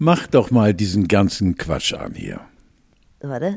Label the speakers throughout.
Speaker 1: Mach doch mal diesen ganzen Quatsch an hier.
Speaker 2: Warte.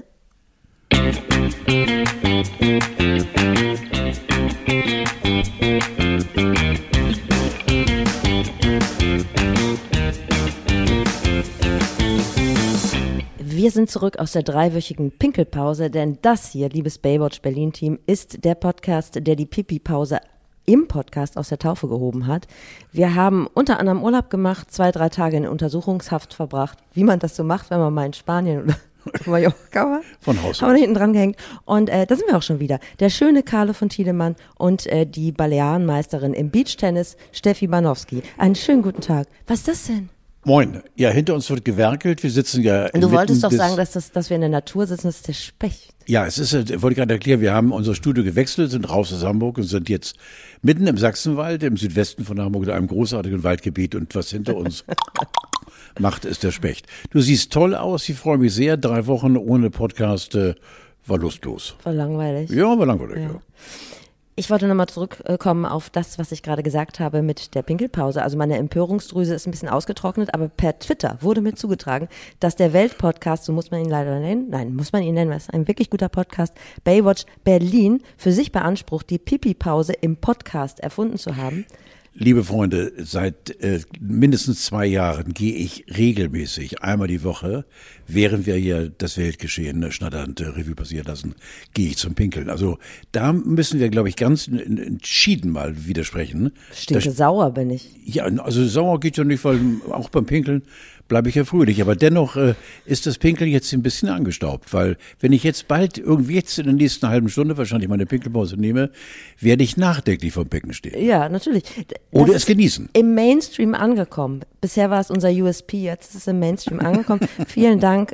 Speaker 2: Wir sind zurück aus der 3-wöchigen Pinkelpause, denn das hier, liebes Baywatch Berlin-Team, ist der Podcast, der die Pipi-Pause im Podcast aus der Taufe gehoben hat. Wir haben unter anderem Urlaub gemacht, 2-3 Tage in Untersuchungshaft verbracht, wie man das so macht, wenn man mal in Spanien oder Mallorca war.
Speaker 1: Von Haus aus.
Speaker 2: Haben wir hinten dran gehängt. Und da sind wir auch schon wieder. Der schöne Carlo von Tiedemann und die Balearenmeisterin im Beachtennis, Steffi Banowski. Einen schönen guten Tag. Was ist das denn?
Speaker 1: Moin. Ja, hinter uns wird gewerkelt. Wir sitzen ja.
Speaker 2: Du wolltest doch sagen, dass wir in der Natur sitzen, das ist der Specht.
Speaker 1: Ja, es ist, wollte ich gerade erklären, wir haben unser Studio gewechselt, sind raus aus Hamburg und sind jetzt mitten im Sachsenwald, im Südwesten von Hamburg, in einem großartigen Waldgebiet. Und was hinter uns macht, ist der Specht. Du siehst toll aus, ich freue mich sehr. 3 Wochen ohne Podcast war lustlos.
Speaker 2: War langweilig.
Speaker 1: Ja, war langweilig, ja.
Speaker 2: Ich wollte nochmal zurückkommen auf das, was ich gerade gesagt habe mit der Pinkelpause. Also meine Empörungsdrüse ist ein bisschen ausgetrocknet, aber per Twitter wurde mir zugetragen, dass der Weltpodcast, so muss man ihn leider nennen, nein, muss man ihn nennen, weil es ein wirklich guter Podcast, Baywatch Berlin, für sich beansprucht, die Pipi-Pause im Podcast erfunden zu haben.
Speaker 1: Liebe Freunde, seit mindestens 2 Jahren gehe ich regelmäßig einmal die Woche, während wir hier das Weltgeschehen schnatternd Revue passieren lassen, gehe ich zum Pinkeln. Also da müssen wir, glaube ich, ganz entschieden mal widersprechen.
Speaker 2: Stinke sauer bin ich.
Speaker 1: Ja, also sauer geht ja nicht, weil auch beim Pinkeln bleibe ich ja fröhlich. Aber dennoch ist das Pinkeln jetzt ein bisschen angestaubt, weil wenn ich jetzt bald irgendwie jetzt in der nächsten halben Stunde wahrscheinlich meine Pinkelpause nehme, werde ich nachdenklich vom Becken stehen.
Speaker 2: Ja, natürlich.
Speaker 1: Oder es genießen.
Speaker 2: Im Mainstream angekommen. Bisher war es unser USP, jetzt ist es im Mainstream angekommen. Vielen Dank.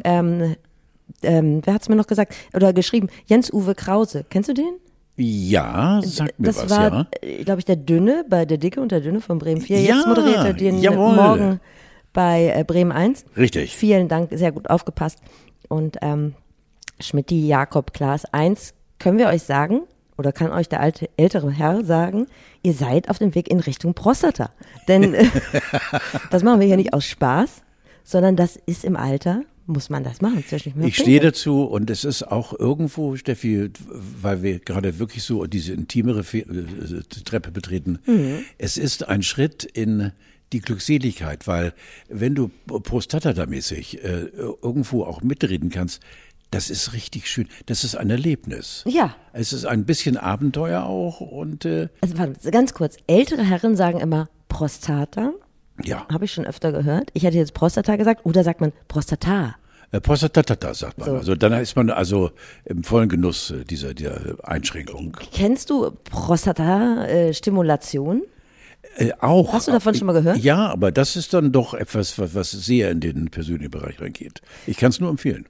Speaker 2: Wer hat's mir noch gesagt oder geschrieben? Jens-Uwe Krause. Kennst du den?
Speaker 1: Ja, sag mir
Speaker 2: das
Speaker 1: was,
Speaker 2: war,
Speaker 1: ja.
Speaker 2: Glaube ich, der Dünne, bei der Dicke und der Dünne von Bremen 4.
Speaker 1: Ja,
Speaker 2: Jetzt moderiert er den
Speaker 1: jawohl.
Speaker 2: Morgen bei Bremen 1.
Speaker 1: Richtig.
Speaker 2: Vielen Dank, sehr gut aufgepasst. Und Schmidti, Jakob, Klaas, 1 können wir euch sagen, oder kann euch der ältere Herr sagen, ihr seid auf dem Weg in Richtung Prostata. Denn das machen wir hier nicht aus Spaß, sondern das ist im Alter, muss man das machen.
Speaker 1: Ich stehe dazu und es ist auch irgendwo, Steffi, weil wir gerade wirklich so diese intimere Treppe betreten, es ist ein Schritt in die Glückseligkeit, weil wenn du Prostata-mäßig irgendwo auch mitreden kannst, das ist richtig schön. Das ist ein Erlebnis.
Speaker 2: Ja.
Speaker 1: Es ist ein bisschen Abenteuer auch und
Speaker 2: also warte, ganz kurz, ältere Herren sagen immer Prostata.
Speaker 1: Ja.
Speaker 2: Habe ich schon öfter gehört. Ich hätte jetzt Prostata gesagt oder sagt man Prostata?
Speaker 1: Prostata sagt man.
Speaker 2: So.
Speaker 1: Also dann ist man also im vollen Genuss dieser Einschränkung.
Speaker 2: Kennst du Prostata-Stimulation?
Speaker 1: Auch.
Speaker 2: Hast du davon schon mal gehört?
Speaker 1: Ja, aber das ist dann doch etwas, was sehr in den persönlichen Bereich reingeht. Ich kann es nur empfehlen.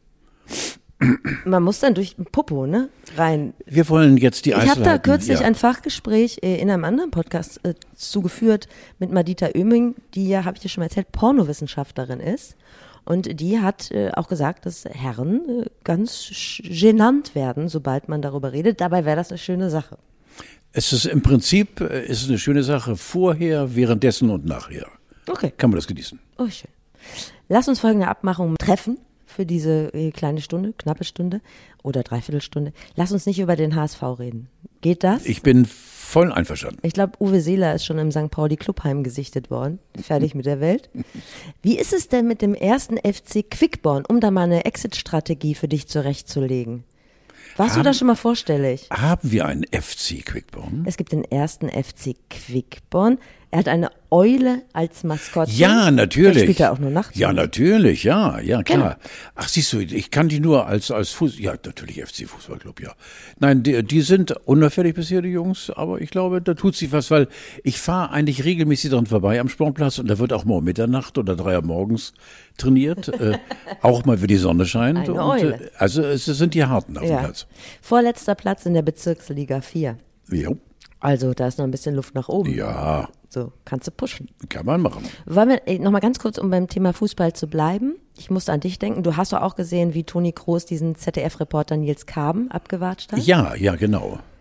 Speaker 2: Man muss dann durch den Popo, ne, rein.
Speaker 1: Wir wollen jetzt die
Speaker 2: Ich
Speaker 1: Einzelheiten.
Speaker 2: habe da kürzlich ein Fachgespräch in einem anderen Podcast zugeführt mit Madita Oeming, die ja, habe ich dir schon mal erzählt, Pornowissenschaftlerin ist. Und die hat auch gesagt, dass Herren ganz genannt werden, sobald man darüber redet. Dabei wäre das eine schöne Sache.
Speaker 1: Es ist im Prinzip ist eine schöne Sache vorher, währenddessen und nachher.
Speaker 2: Okay.
Speaker 1: Kann man das genießen.
Speaker 2: Oh, schön. Lass uns folgende Abmachung treffen für diese kleine Stunde, knappe Stunde oder Dreiviertelstunde. Lass uns nicht über den HSV reden. Geht das?
Speaker 1: Ich bin voll einverstanden.
Speaker 2: Ich glaube, Uwe Seeler ist schon im St. Pauli Clubheim gesichtet worden. Fertig mit der Welt. Wie ist es denn mit dem ersten FC Quickborn, um da mal eine Exit-Strategie für dich zurechtzulegen? Warst du da schon mal vorstellig?
Speaker 1: Haben wir einen FC Quickborn?
Speaker 2: Es gibt den ersten FC Quickborn. Er hat eine Eule als Maskottchen.
Speaker 1: Ja, natürlich.
Speaker 2: Vielleicht spielt er auch nur nachts.
Speaker 1: Ja, natürlich, ja, klar.
Speaker 2: Genau.
Speaker 1: Ach, siehst du, ich kann die nur als Fußball, ja, natürlich FC Fußballclub, ja. Nein, die sind unauffällig bisher, die Jungs, aber ich glaube, da tut sich was, weil ich fahre eigentlich regelmäßig dran vorbei am Sportplatz und da wird auch mal um Mitternacht oder 3 Uhr morgens trainiert, auch mal, wenn die Sonne scheint.
Speaker 2: Eine Eule.
Speaker 1: Also es sind die Harten auf dem Platz.
Speaker 2: Vorletzter Platz in der Bezirksliga 4.
Speaker 1: Jo.
Speaker 2: Also da ist noch ein bisschen Luft nach oben.
Speaker 1: Ja.
Speaker 2: So, kannst du pushen.
Speaker 1: Kann man machen.
Speaker 2: Wollen wir noch mal ganz kurz, um beim Thema Fußball zu bleiben? Ich musste an dich denken. Du hast doch auch gesehen, wie Toni Kroos diesen ZDF-Reporter Nils Kaben abgewatscht hat?
Speaker 1: Ja, genau.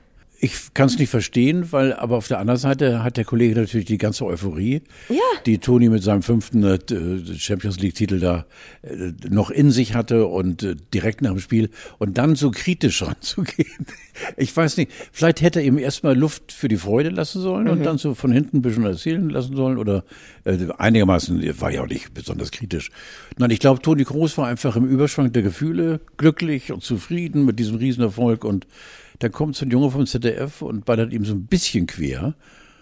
Speaker 1: Ich kann es nicht verstehen, aber auf der anderen Seite hat der Kollege natürlich die ganze Euphorie,
Speaker 2: Ja.
Speaker 1: die Toni mit seinem 5. Champions League-Titel da noch in sich hatte und direkt nach dem Spiel und dann so kritisch ranzugehen. Ich weiß nicht, vielleicht hätte er ihm erstmal Luft für die Freude lassen sollen und dann so von hinten ein bisschen erzählen lassen sollen oder einigermaßen, war ja auch nicht besonders kritisch. Nein, ich glaube, Toni Kroos war einfach im Überschwang der Gefühle, glücklich und zufrieden mit diesem Riesenerfolg und dann kommt so ein Junge vom ZDF und ballert ihm so ein bisschen quer.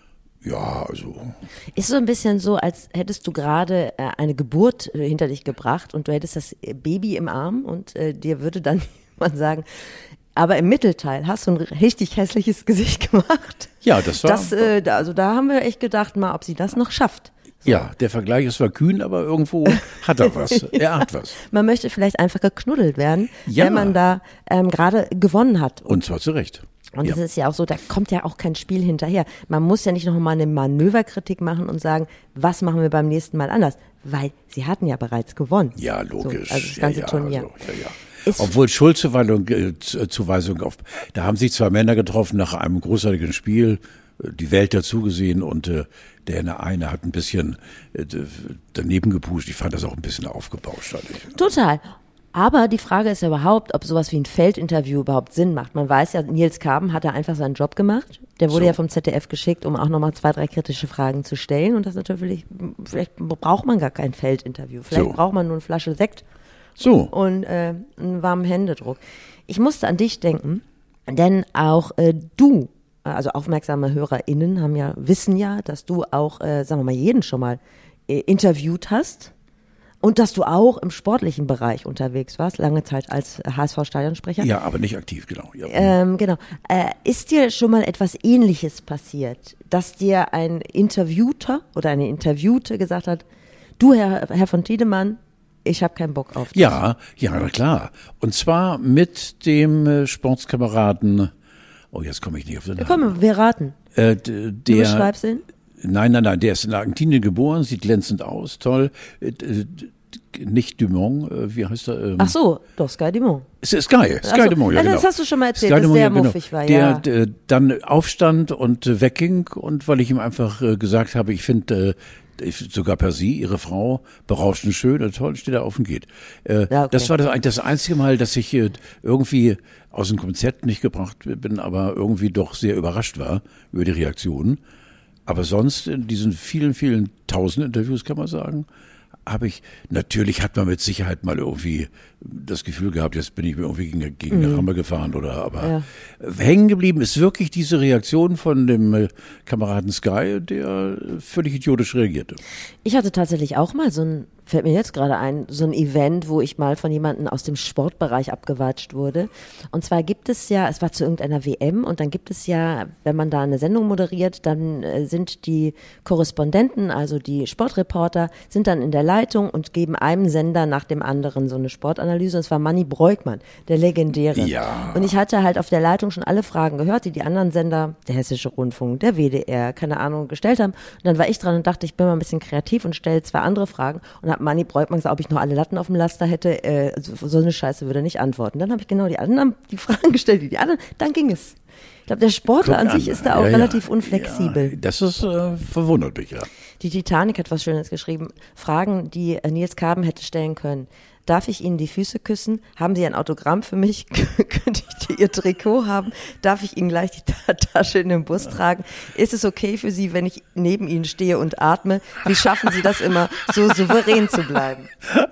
Speaker 1: Ja, also.
Speaker 2: Ist so ein bisschen so, als hättest du gerade eine Geburt hinter dich gebracht und du hättest das Baby im Arm und dir würde dann jemand sagen, aber im Mittelteil hast du ein richtig hässliches Gesicht gemacht.
Speaker 1: Ja, das war.
Speaker 2: Also da haben wir echt gedacht, mal, ob sie das noch schafft. So.
Speaker 1: Ja, der Vergleich ist zwar kühn, aber irgendwo hat er was. Er hat was.
Speaker 2: Man möchte vielleicht einfach geknuddelt werden,
Speaker 1: Ja.
Speaker 2: wenn man da gerade gewonnen hat.
Speaker 1: Und zwar zu Recht.
Speaker 2: Und
Speaker 1: Ja.
Speaker 2: es ist ja auch so, da kommt ja auch kein Spiel hinterher. Man muss ja nicht noch mal eine Manöverkritik machen und sagen, was machen wir beim nächsten Mal anders? Weil sie hatten ja bereits gewonnen.
Speaker 1: Ja, logisch.
Speaker 2: So, also das ganze Turnier.
Speaker 1: Also, ja.
Speaker 2: Ist-
Speaker 1: Obwohl Schuldzuweisung auf, da haben sich zwei Männer getroffen nach einem großartigen Spiel, die Welt dazugesehen und der eine hat ein bisschen daneben gepusht. Ich fand das auch ein bisschen aufgebauscht.
Speaker 2: Total. Aber die Frage ist ja überhaupt, ob sowas wie ein Feldinterview überhaupt Sinn macht. Man weiß ja, Nils Kaben hat da einfach seinen Job gemacht. Der wurde
Speaker 1: So.
Speaker 2: ja vom ZDF geschickt, um auch nochmal 2, 3 kritische Fragen zu stellen. Und das natürlich, vielleicht braucht man gar kein Feldinterview. Vielleicht
Speaker 1: So.
Speaker 2: braucht man nur eine Flasche Sekt
Speaker 1: So,
Speaker 2: und einen warmen Händedruck. Ich musste an dich denken, denn auch du, also aufmerksame HörerInnen wissen ja, dass du auch, sagen wir mal, jeden schon mal interviewt hast. Und dass du auch im sportlichen Bereich unterwegs warst, lange Zeit als HSV-Stadionsprecher.
Speaker 1: ja, aber nicht aktiv, genau. Ja.
Speaker 2: Genau. Ist dir schon mal etwas Ähnliches passiert, dass dir ein Interviewter oder eine Interviewte gesagt hat, du, Herr von Tiedemann, ich habe keinen Bock auf das.
Speaker 1: Ja, na klar. Und zwar mit dem Sportskameraden, oh, jetzt komme ich nicht auf den Namen.
Speaker 2: Komm, wir raten. Du beschreibst ihn?
Speaker 1: Nein, der ist in Argentinien geboren, sieht glänzend aus, toll. Nicht Dumont, wie heißt er?
Speaker 2: Ach so, doch, Sky Dumont.
Speaker 1: Sky
Speaker 2: Ach so.
Speaker 1: Dumont, ja, genau.
Speaker 2: Das hast du schon mal erzählt,
Speaker 1: Sky
Speaker 2: dass
Speaker 1: Dumont,
Speaker 2: der
Speaker 1: ja, genau.
Speaker 2: muffig war, ja.
Speaker 1: Der dann aufstand und wegging und weil ich ihm einfach gesagt habe, ich finde sogar per Sie, Ihre Frau, berauschend schön und toll, steht er auf und geht.
Speaker 2: Ja, okay.
Speaker 1: Das war das einzige Mal, dass ich irgendwie aus dem Konzept nicht gebracht bin, aber irgendwie doch sehr überrascht war über die Reaktionen. Aber sonst in diesen vielen, vielen tausend Interviews, kann man sagen, natürlich hat man mit Sicherheit mal irgendwie das Gefühl gehabt, jetzt bin ich mir irgendwie gegen eine Rampe gefahren aber hängen geblieben ist wirklich diese Reaktion von dem Kameraden Sky, der völlig idiotisch reagierte.
Speaker 2: Ich hatte tatsächlich auch mal fällt mir jetzt gerade ein, so ein Event, wo ich mal von jemandem aus dem Sportbereich abgewatscht wurde. Und zwar gibt es ja, es war zu irgendeiner WM und dann gibt es ja, wenn man da eine Sendung moderiert, dann sind die Korrespondenten, also die Sportreporter, sind dann in der Leitung und geben einem Sender nach dem anderen so eine Sportanalyse. Und es war Manni Breukmann, der Legendäre.
Speaker 1: Ja.
Speaker 2: Und ich hatte halt auf der Leitung schon alle Fragen gehört, die anderen Sender, der Hessische Rundfunk, der WDR, keine Ahnung, gestellt haben. Und dann war ich dran und dachte, ich bin mal ein bisschen kreativ und stelle 2 andere Fragen und habe Manni Breukmann gesagt, ob ich noch alle Latten auf dem Laster hätte. So eine Scheiße würde er nicht antworten. Dann habe ich genau die Fragen gestellt, die anderen, dann ging es. Ich glaube, der Sportler an sich ist da auch relativ unflexibel.
Speaker 1: Ja, das ist verwundert mich, ja.
Speaker 2: Die Titanic hat was Schönes geschrieben. Fragen, die Nils Kaben hätte stellen können. Darf ich Ihnen die Füße küssen? Haben Sie ein Autogramm für mich? Könnte ich Ihr Trikot haben? Darf ich Ihnen gleich die Tasche in den Bus tragen? Ist es okay für Sie, wenn ich neben Ihnen stehe und atme? Wie schaffen Sie das immer, so souverän zu bleiben?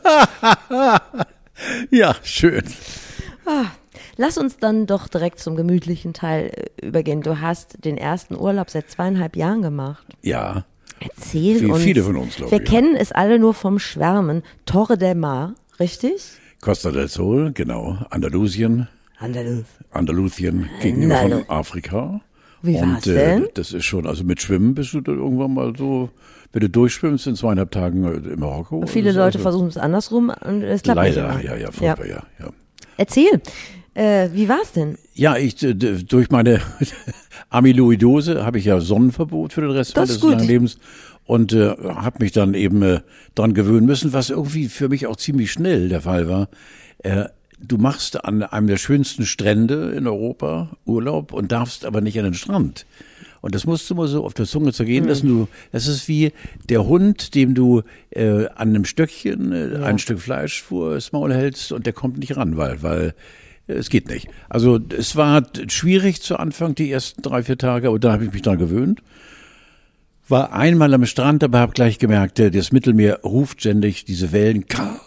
Speaker 1: Ja, schön.
Speaker 2: Lass uns dann doch direkt zum gemütlichen Teil übergehen. Du hast den ersten Urlaub seit 2,5 Jahren gemacht.
Speaker 1: Ja.
Speaker 2: Erzähl uns.
Speaker 1: Viele von uns, glaube ich.
Speaker 2: Wir kennen es alle nur vom Schwärmen. Torre del Mar, richtig?
Speaker 1: Costa del Sol, genau. Andalusien gegenüber von Afrika.
Speaker 2: Wie war's denn?
Speaker 1: Das ist schon, also mit Schwimmen bist du dann irgendwann mal so, wenn du durchschwimmst in 2,5 Tagen in Marokko.
Speaker 2: Viele Leute versuchen es andersrum und es klappt
Speaker 1: leider,
Speaker 2: nicht.
Speaker 1: Leider, furchtbar, ja.
Speaker 2: Erzähl, wie war's denn?
Speaker 1: Ja, durch meine Amyloidose habe ich ja Sonnenverbot für den Rest meines langen Lebens und habe mich dann eben dran gewöhnen müssen, was irgendwie für mich auch ziemlich schnell der Fall war. du machst an einem der schönsten Strände in Europa Urlaub und darfst aber nicht an den Strand. Und das musst du mal so auf der Zunge zergehen lassen. Das ist wie der Hund, dem du an einem Stöckchen ein Stück Fleisch vor das Maul hältst und der kommt nicht ran, weil es geht nicht. Also es war schwierig zu Anfang, die ersten 3-4 Tage, aber da habe ich mich dran gewöhnt. War einmal am Strand, aber habe gleich gemerkt, das Mittelmeer ruft ständig diese Wellen, Carlo,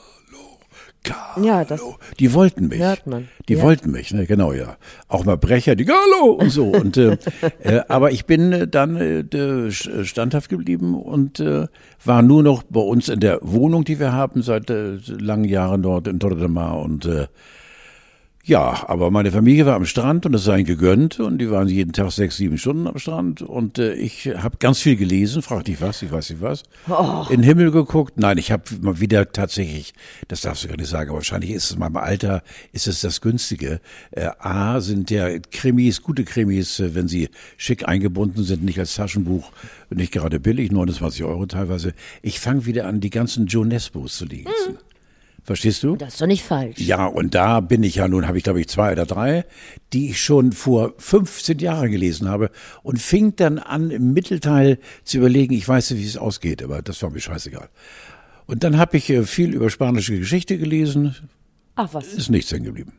Speaker 2: Ja, das
Speaker 1: die wollten mich.
Speaker 2: hört man.
Speaker 1: Die wollten mich, ne, genau, ja. Auch mal Brecher, die Carlo und so. Und aber ich bin dann standhaft geblieben und war nur noch bei uns in der Wohnung, die wir haben seit langen Jahren dort in Torre del Mar und ja, aber meine Familie war am Strand und das sei ihnen gegönnt und die waren jeden Tag 6-7 Stunden am Strand und ich habe ganz viel gelesen, frag dich was, ich weiß nicht was, in den Himmel geguckt. Nein, ich habe mal wieder tatsächlich, das darfst du gar nicht sagen, aber wahrscheinlich ist es in meinem Alter, ist es das Günstige. A, sind ja Krimis, gute Krimis, wenn sie schick eingebunden sind, nicht als Taschenbuch, nicht gerade billig, 29 € teilweise. Ich fange wieder an, die ganzen Joe Nesbos zu lesen. Verstehst du?
Speaker 2: Das ist doch nicht falsch.
Speaker 1: Ja, und da bin ich ja nun, habe ich glaube ich 2 oder 3, die ich schon vor 15 Jahren gelesen habe und fing dann an im Mittelteil zu überlegen, ich weiß nicht, wie es ausgeht, aber das war mir scheißegal. Und dann habe ich viel über spanische Geschichte gelesen,
Speaker 2: Ach was.
Speaker 1: ist nichts hängen geblieben.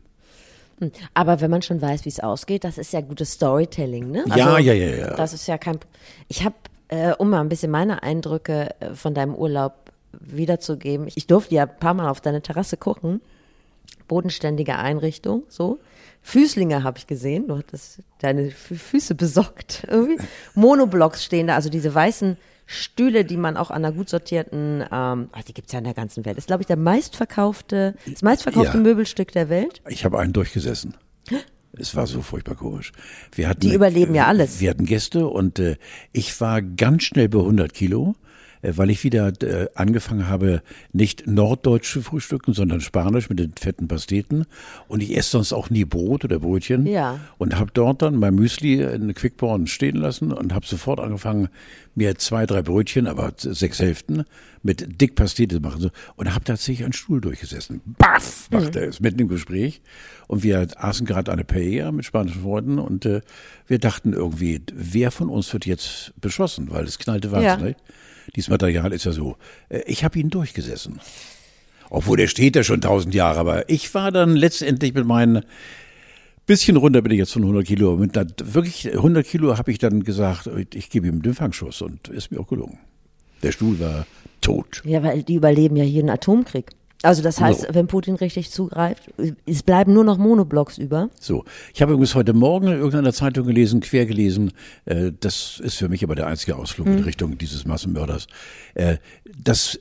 Speaker 2: Aber wenn man schon weiß, wie es ausgeht, das ist ja gutes Storytelling, ne?
Speaker 1: Ja, ja.
Speaker 2: Das ist ja kein. Ich habe, um mal ein bisschen meine Eindrücke von deinem Urlaub wiederzugeben. Ich durfte ja ein paar Mal auf deine Terrasse gucken. Bodenständige Einrichtung, so. Füßlinge habe ich gesehen. Du hattest deine Füße besockt irgendwie. Monoblocks stehen da, also diese weißen Stühle, die man auch an einer gut sortierten, die gibt's ja in der ganzen Welt. Das ist, glaube ich, das meistverkaufte Möbelstück der Welt.
Speaker 1: Ich habe einen durchgesessen. Es war so furchtbar komisch.
Speaker 2: Die überleben ja alles.
Speaker 1: Wir hatten Gäste und ich war ganz schnell bei 100 Kilo. Weil ich wieder angefangen habe, nicht norddeutsch zu frühstücken, sondern spanisch mit den fetten Pasteten. Und ich esse sonst auch nie Brot oder Brötchen.
Speaker 2: Ja. Und
Speaker 1: habe dort dann mein Müsli in Quickborn stehen lassen und habe sofort angefangen, mir 2-3 Brötchen, aber 6 Hälften, mit dick Pastete zu machen. Und habe tatsächlich einen Stuhl durchgesessen. Baff, machte er es mitten im Gespräch. Und wir aßen gerade eine Paella mit spanischen Freunden und wir dachten irgendwie, wer von uns wird jetzt beschossen, weil es knallte wahnsinnig. Ja. Dieses Material ist ja so. Ich habe ihn durchgesessen. Obwohl, der steht ja schon 1000 Jahre. Aber ich war dann letztendlich mit meinen, bisschen runter bin ich jetzt von 100 Kilo. Mit wirklich 100 Kilo habe ich dann gesagt, ich gebe ihm den Fangschuss. Und ist mir auch gelungen. Der Stuhl war tot.
Speaker 2: Ja, weil die überleben ja jeden Atomkrieg. Also das heißt, wenn Putin richtig zugreift, es bleiben nur noch Monoblocks über.
Speaker 1: So, ich habe übrigens heute Morgen in irgendeiner Zeitung gelesen, quer gelesen, das ist für mich aber der einzige Ausflug in Richtung dieses Massenmörders, dass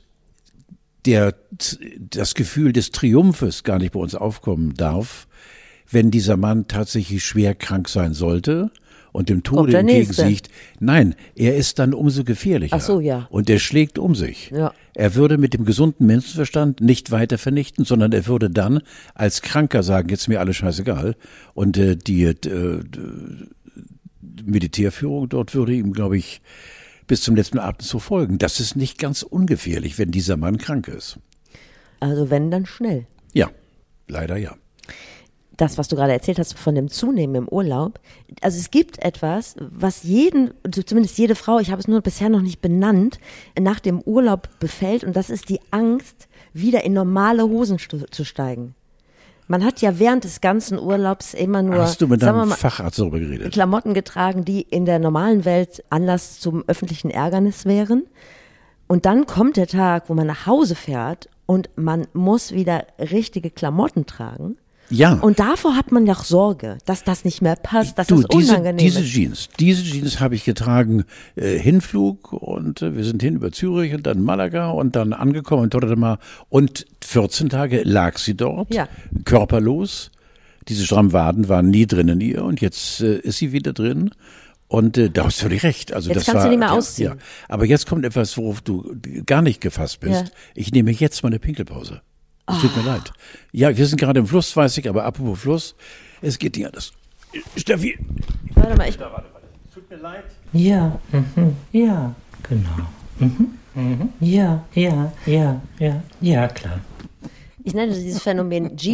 Speaker 1: das Gefühl des Triumphes gar nicht bei uns aufkommen darf, wenn dieser Mann tatsächlich schwer krank sein sollte und dem Tode entgegensieht. Nein, er ist dann umso gefährlicher.
Speaker 2: Ach so, ja.
Speaker 1: Und er schlägt um sich.
Speaker 2: Ja.
Speaker 1: Er würde mit dem gesunden Menschenverstand nicht weiter vernichten, sondern er würde dann als Kranker sagen, jetzt ist mir alles scheißegal. Und die Militärführung dort würde ihm, glaube ich, bis zum letzten Atemzug folgen. Das ist nicht ganz ungefährlich, wenn dieser Mann krank ist.
Speaker 2: Also wenn, dann schnell.
Speaker 1: Ja, leider ja.
Speaker 2: Das, was du gerade erzählt hast von dem Zunehmen im Urlaub, also es gibt etwas, was zumindest jede Frau, ich habe es nur bisher noch nicht benannt, nach dem Urlaub befällt und das ist die Angst, wieder in normale Hosen zu steigen. Man hat ja während des ganzen Urlaubs immer nur,
Speaker 1: hast du mit deinem Facharzt darüber geredet?
Speaker 2: Klamotten getragen, die in der normalen Welt Anlass zum öffentlichen Ärgernis wären. Und dann kommt der Tag, wo man nach Hause fährt und man muss wieder richtige Klamotten tragen.
Speaker 1: Ja.
Speaker 2: Und davor hat man doch Sorge, dass das nicht mehr passt, dass das unangenehm ist.
Speaker 1: Diese Jeans habe ich getragen, Hinflug und wir sind hin über Zürich und dann Malaga und dann angekommen in Torre del Mar und 14 Tage lag sie dort, körperlos. Diese strammen Waden waren nie drin in ihr und jetzt ist sie wieder drin. Und da hast du völlig recht. Also
Speaker 2: jetzt
Speaker 1: das
Speaker 2: kannst du nicht mehr ausziehen.
Speaker 1: Ja. Aber jetzt kommt etwas, worauf du gar nicht gefasst bist. Ja. Ich nehme jetzt mal eine Pinkelpause. Es tut mir leid. Ja, wir sind gerade im Fluss, weiß ich, aber apropos Fluss, es geht nicht anders. Steffi.
Speaker 2: Warte mal,
Speaker 1: Warte. Es tut mir leid.
Speaker 3: Ja, ja, genau. Ja, klar.
Speaker 2: Ich nenne dieses Phänomen Jean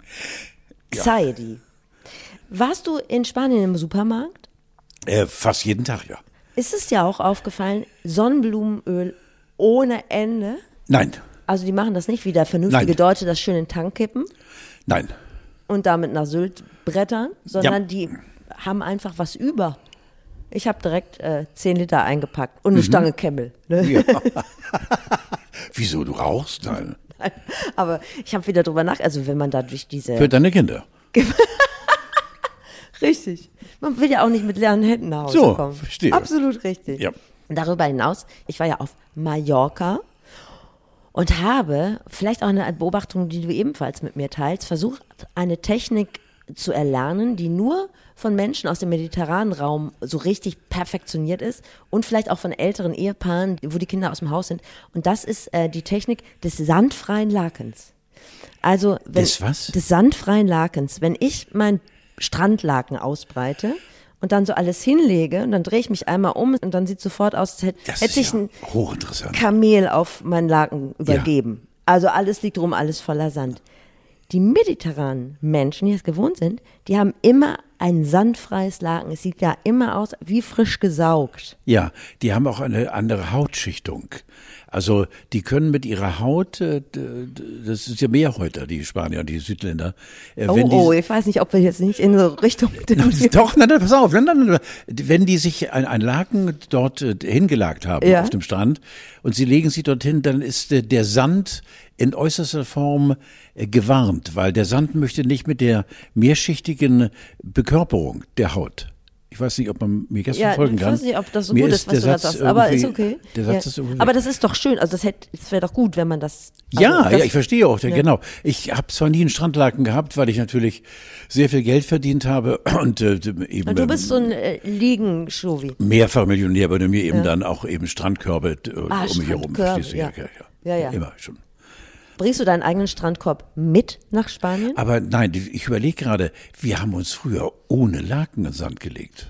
Speaker 2: Zaidi. Warst du in Spanien im Supermarkt?
Speaker 1: Fast jeden Tag, ja.
Speaker 2: Ist es dir auch aufgefallen, Sonnenblumenöl ohne Ende?
Speaker 1: Nein.
Speaker 2: Also die machen das nicht wie der vernünftige
Speaker 1: Nein.
Speaker 2: Deutsche, das schön in den Tank kippen
Speaker 1: Nein.
Speaker 2: und damit nach Sylt brettern, sondern die haben einfach was über. Ich habe direkt 10 Liter eingepackt und eine Stange Camel. Ne?
Speaker 1: Ja. Wieso, du rauchst? Nein.
Speaker 2: Aber ich habe wieder drüber nach, also wenn man da durch diese...
Speaker 1: Für deine Kinder.
Speaker 2: Richtig. Man will ja auch nicht mit leeren Händen nach Hause
Speaker 1: So,
Speaker 2: kommen.
Speaker 1: verstehe.
Speaker 2: Absolut richtig.
Speaker 1: Ja.
Speaker 2: Darüber hinaus, ich war ja auf Mallorca und habe, vielleicht auch eine Beobachtung, die du ebenfalls mit mir teilst, versucht, eine Technik zu erlernen, die nur von Menschen aus dem mediterranen Raum so richtig perfektioniert ist und vielleicht auch von älteren Ehepaaren, wo die Kinder aus dem Haus sind. Und das ist die Technik des sandfreien Lakens. Also
Speaker 1: Des was?
Speaker 2: Des sandfreien Lakens. Wenn ich mein Strandlaken ausbreite und dann so alles hinlege und dann drehe ich mich einmal um und dann sieht sofort aus, als hätte ich ein
Speaker 1: hochinteressant.
Speaker 2: Kamel auf meinen Laken übergeben. Also alles liegt rum, alles voller Sand. Die mediterranen Menschen, die es gewohnt sind, die haben immer ein sandfreies Laken. Es sieht ja immer aus wie frisch gesaugt.
Speaker 1: Ja, die haben auch eine andere Hautschichtung. Also die können mit ihrer Haut, das ist ja Meerhäuter, die Spanier und die Südländer.
Speaker 2: Ich weiß nicht, ob wir jetzt nicht in so Richtung...
Speaker 1: Doch, pass auf. Wenn die sich ein Laken dort hingelagt haben auf dem Strand und sie legen sie dorthin, dann ist der Sand in äußerster Form gewarnt, weil der Sand möchte nicht mit der mehrschichtigen Bekörperung der Haut. Ich weiß nicht, ob man mir gestern folgen kann.
Speaker 2: Ich weiß nicht, ob das so gut ist, was du da sagst, aber ist okay.
Speaker 1: Der Satz ist irgendwie
Speaker 2: aber das ist doch schön, also das wäre doch gut, wenn man das...
Speaker 1: Ja, ich verstehe auch, genau. Ich habe zwar nie einen Strandlaken gehabt, weil ich natürlich sehr viel Geld verdient habe und eben...
Speaker 2: Und du bist so ein Liegenschuvi.
Speaker 1: Mehrfach-Millionär, bei mir eben dann auch eben Strandkörbe um mich herum. Verstehst du?
Speaker 2: Ja.
Speaker 1: Immer schon.
Speaker 2: Bringst du deinen eigenen Strandkorb mit nach Spanien?
Speaker 1: Aber nein, ich überlege gerade, wir haben uns früher ohne Laken in den Sand gelegt.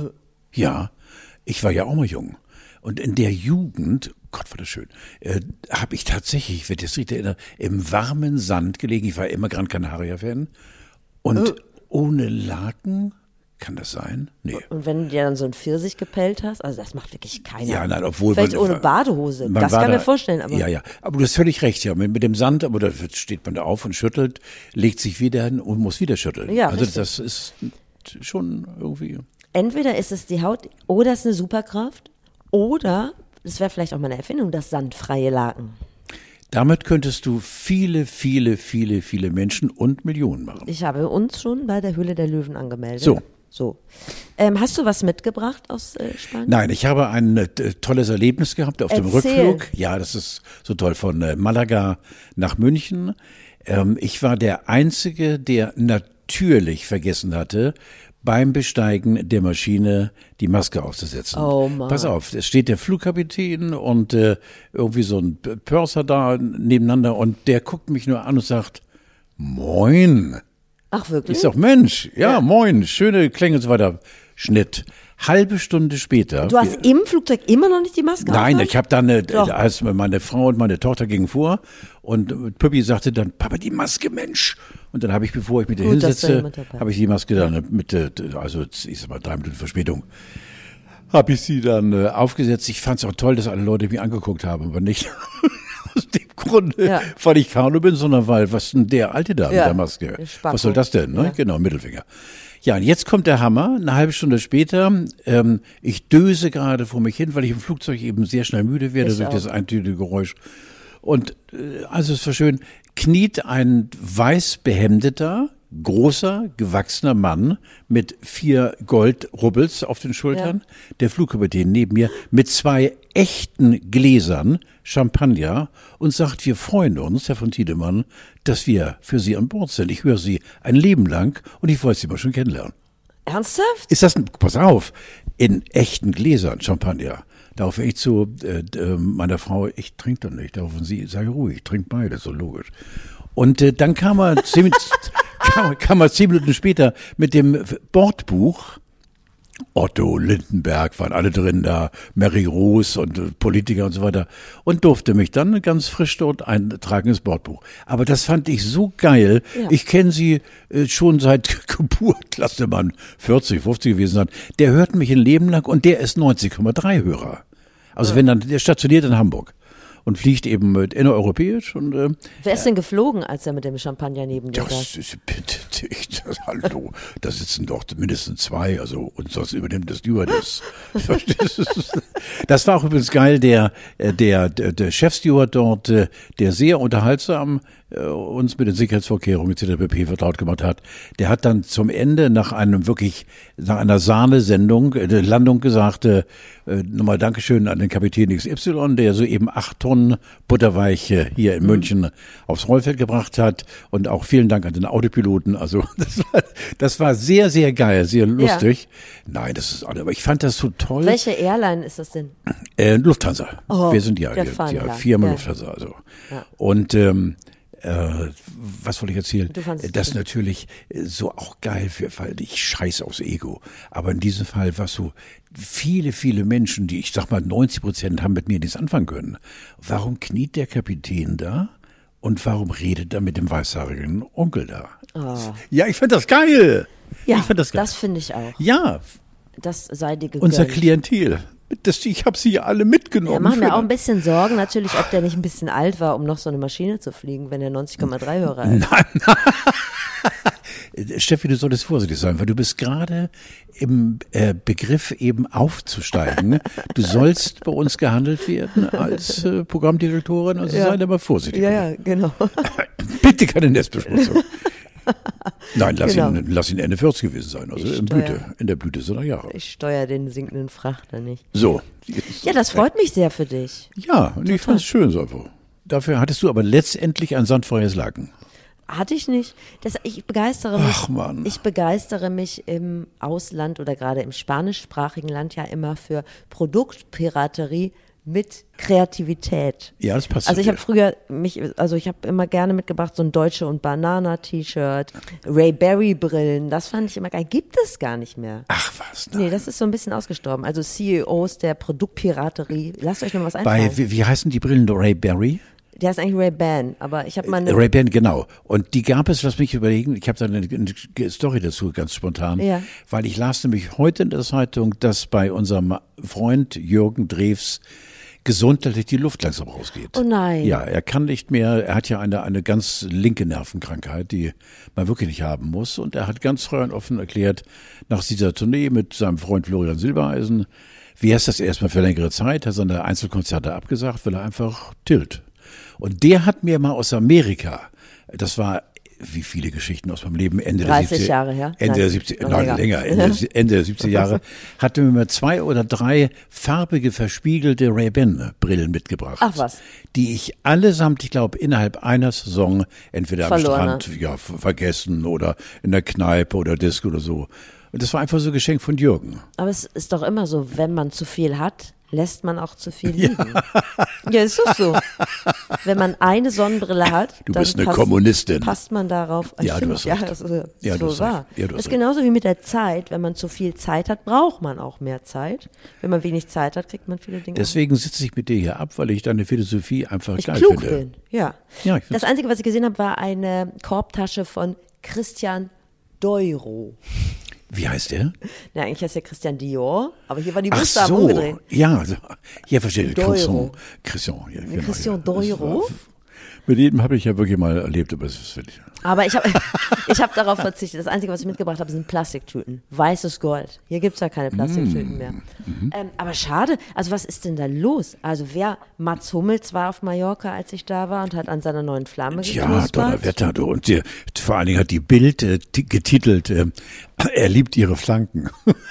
Speaker 1: Ja, ich war ja auch mal jung. Und in der Jugend, Gott, war das schön, habe ich tatsächlich, ich werde jetzt richtig erinnern, im warmen Sand gelegen. Ich war immer Gran Canaria-Fan. Und ohne Laken, kann das sein? Nee.
Speaker 2: Und wenn du dir dann so ein Pfirsich gepellt hast, also das macht wirklich keiner.
Speaker 1: Ja, nein, obwohl
Speaker 2: vielleicht ohne Badehose, das kann ich mir vorstellen. Aber
Speaker 1: ja, aber du hast völlig recht, ja, mit dem Sand, aber da steht man da auf und schüttelt, legt sich wieder hin und muss wieder schütteln.
Speaker 2: Ja,
Speaker 1: also
Speaker 2: richtig.
Speaker 1: Das ist schon irgendwie...
Speaker 2: Entweder ist es die Haut oder es ist eine Superkraft oder, das wäre vielleicht auch mal eine Erfindung, das sandfreie Laken.
Speaker 1: Damit könntest du viele, viele, viele, viele Menschen und Millionen machen.
Speaker 2: Ich habe uns schon bei der Höhle der Löwen angemeldet.
Speaker 1: So.
Speaker 2: Hast du was mitgebracht aus Spanien?
Speaker 1: Nein, ich habe ein tolles Erlebnis gehabt auf dem
Speaker 2: Erzähl.
Speaker 1: Rückflug. Ja, das ist so toll, von Malaga nach München. Ich war der Einzige, der natürlich vergessen hatte, beim Besteigen der Maschine die Maske aufzusetzen.
Speaker 2: Oh Mann.
Speaker 1: Pass auf, es steht der Flugkapitän und irgendwie so ein Purser da nebeneinander und der guckt mich nur an und sagt, Moin.
Speaker 2: Ach wirklich?
Speaker 1: Ich sag, Mensch, ja, moin, schöne Klänge und so weiter. Schnitt. Halbe Stunde später.
Speaker 2: Du hast im Flugzeug immer noch nicht die Maske
Speaker 1: Nein,
Speaker 2: aufgehabt?
Speaker 1: ich habe dann, als meine Frau und meine Tochter gingen vor und Püppi sagte dann, Papa, die Maske, Mensch. Und dann habe ich, bevor ich mit ihr hinsetze, habe ich die Maske dann mit, also ich sag mal 3 Minuten Verspätung, habe ich sie dann aufgesetzt. Ich fand es auch toll, dass alle Leute mich angeguckt haben, aber nicht aus dem Grunde, weil ich Carlo bin, sondern weil, was denn der Alte da mit der Maske? Was soll das denn? Ne? Ja. Genau, Mittelfinger. Ja, und jetzt kommt der Hammer, eine halbe Stunde später, ich döse gerade vor mich hin, weil ich im Flugzeug eben sehr schnell müde werde durch das eintönige Geräusch. Und also es war schön, kniet ein weiß behemdeter, großer, gewachsener Mann mit 4 Goldrubbels auf den Schultern, der Flugkapitän neben mir, mit 2 echten Gläsern Champagner und sagt, wir freuen uns, Herr von Tiedemann, dass wir für Sie an Bord sind. Ich höre Sie ein Leben lang und ich wollte Sie mal schon kennenlernen.
Speaker 2: Ernsthaft?
Speaker 1: Ist das, pass auf, in echten Gläsern Champagner. Darauf ich zu meiner Frau, ich trinke doch nicht. Darauf sie, sei ruhig, ich trinke beide, so logisch. Und dann kam er 10 Minuten später mit dem Bordbuch Otto, Lindenberg waren alle drin da, Mary Rose und Politiker und so weiter und durfte mich dann ganz frisch dort eintragen ins Bordbuch. Aber das fand ich so geil. Ja. Ich kenne sie schon seit Geburt, lass der Mann 40, 50 gewesen sein. Der hört mich ein Leben lang und der ist 90,3 Hörer. Also wenn dann, der stationiert in Hamburg. Und fliegt eben innereuropäisch. Und,
Speaker 2: wer ist denn geflogen, als er mit dem Champagner neben dir
Speaker 1: saß? Hallo, da sitzen doch mindestens 2, also und sonst übernimmt das Stewardess. Das war auch übrigens geil, der Chefsteward dort, der sehr unterhaltsam uns mit den Sicherheitsvorkehrungen CDPP vertraut gemacht hat, der hat dann zum Ende nach einer Sahnesendung, Landung gesagt, nochmal Dankeschön an den Kapitän XY, der soeben 8 Tonnen Butterweich hier in München aufs Rollfeld gebracht hat und auch vielen Dank an den Autopiloten. Also das war sehr, sehr geil, sehr lustig. Ja. Nein, das ist alles, aber ich fand das so toll.
Speaker 2: Welche Airline ist das denn?
Speaker 1: Lufthansa.
Speaker 2: Oh,
Speaker 1: wir sind ja Firma Lufthansa. Also. Ja. Und was wollte ich erzählen? Das ist natürlich so auch geil, weil ich scheiß aufs Ego. Aber in diesem Fall war so viele, viele Menschen, die ich sag mal 90% haben mit mir nichts anfangen können. Warum kniet der Kapitän da? Und warum redet er mit dem weißhaarigen Onkel da? Oh. Ja, ich fand das geil.
Speaker 2: Ja, das finde ich auch.
Speaker 1: Ja.
Speaker 2: Das sei dir gegönnt.
Speaker 1: Unser Klientel. Ich habe sie ja alle mitgenommen.
Speaker 2: Ja, machen mir auch ein bisschen Sorgen natürlich, ob der nicht ein bisschen alt war, um noch so eine Maschine zu fliegen, wenn er 90,3 Hörer ist.
Speaker 1: Nein. Steffi, du solltest vorsichtig sein, weil du bist gerade im Begriff eben aufzusteigen. Du sollst bei uns gehandelt werden als Programmdirektorin, also sei aber vorsichtig.
Speaker 2: Ja, genau.
Speaker 1: Bitte keine Nestbeschmutzung. Nein, lass ihn Ende 40 gewesen sein, also in der Blüte seiner Jahre.
Speaker 2: Ich steuere den sinkenden Frachter nicht.
Speaker 1: So.
Speaker 2: Ja, das freut mich sehr für dich.
Speaker 1: Ja, und ich fand es schön so einfach. Dafür hattest du aber letztendlich ein sandfreies Laken.
Speaker 2: Hatte ich nicht. Ich begeistere mich im Ausland oder gerade im spanischsprachigen Land ja immer für Produktpiraterie mit Kreativität.
Speaker 1: Ja, das passt.
Speaker 2: Also ich habe ich habe immer gerne mitgebracht so ein Deutsche und Banana-T-Shirt, Ray-Berry-Brillen, das fand ich immer geil. Gibt es gar nicht mehr.
Speaker 1: Ach was? Nein.
Speaker 2: Nee, das ist so ein bisschen ausgestorben. Also CEOs der Produktpiraterie, lasst euch noch was einfallen.
Speaker 1: Wie heißen die Brillen? Ray-Berry?
Speaker 2: Der ist eigentlich Ray-Ban, aber ich habe mal
Speaker 1: Ray-Ban, genau. Und die gab es, lass mich überlegen, ich habe da eine Story dazu, ganz spontan, weil ich las nämlich heute in der Zeitung, dass bei unserem Freund Jürgen Drews gesundheitlich die Luft langsam rausgeht.
Speaker 2: Oh nein.
Speaker 1: Ja, er kann nicht mehr, er hat ja eine ganz linke Nervenkrankheit, die man wirklich nicht haben muss. Und er hat ganz frei und offen erklärt, nach dieser Tournee mit seinem Freund Florian Silbereisen, wie heißt das erstmal für längere Zeit, hat seine Einzelkonzerte abgesagt, weil er einfach tilt. Und der hat mir mal aus Amerika, das war wie viele Geschichten aus meinem Leben, Ende der 70er
Speaker 2: Jahre her?
Speaker 1: Ende der 70er Jahre, hatte mir mal 2 oder 3 farbige, verspiegelte Ray-Ban-Brillen mitgebracht.
Speaker 2: Ach was.
Speaker 1: Die ich allesamt, ich glaube, innerhalb einer Saison entweder
Speaker 2: verloren.
Speaker 1: Am Strand vergessen oder in der Kneipe oder Disco oder so. Und das war einfach so ein Geschenk von Jürgen.
Speaker 2: Aber es ist doch immer so, wenn man zu viel hat, lässt man auch zu viel liegen. Ja, ist doch so. Wenn man eine Sonnenbrille hat,
Speaker 1: du bist eine Kommunistin.
Speaker 2: Passt man darauf.
Speaker 1: Ja, du hast recht.
Speaker 2: Das ist so wahr. Das ist genauso wie mit der Zeit. Wenn man zu viel Zeit hat, braucht man auch mehr Zeit. Wenn man wenig Zeit hat, kriegt man viele Dinge.
Speaker 1: Deswegen sitze ich mit dir hier ab, weil ich deine Philosophie einfach geil
Speaker 2: klug
Speaker 1: finde.
Speaker 2: bin. Ja. Das Einzige, was ich gesehen habe, war eine Korbtasche von Christian Deuro.
Speaker 1: Wie heißt der?
Speaker 2: Na, eigentlich heißt der Christian Dior, aber hier war die Buchstaben umgedreht.
Speaker 1: Ja, verstehe.
Speaker 2: Christian Deuro.
Speaker 1: Mit jedem habe ich ja wirklich mal erlebt, aber es ist wirklich.
Speaker 2: Aber ich hab darauf verzichtet. Das Einzige, was ich mitgebracht habe, sind Plastiktüten. Weißes Gold. Hier gibt's ja keine Plastiktüten mehr. Aber schade. Also was ist denn da los? Also Mats Hummels war auf Mallorca, als ich da war und hat an seiner neuen Flamme geknuspert.
Speaker 1: Ja, Donnerwetter. Und vor allen Dingen hat die Bild getitelt, er liebt ihre Flanken.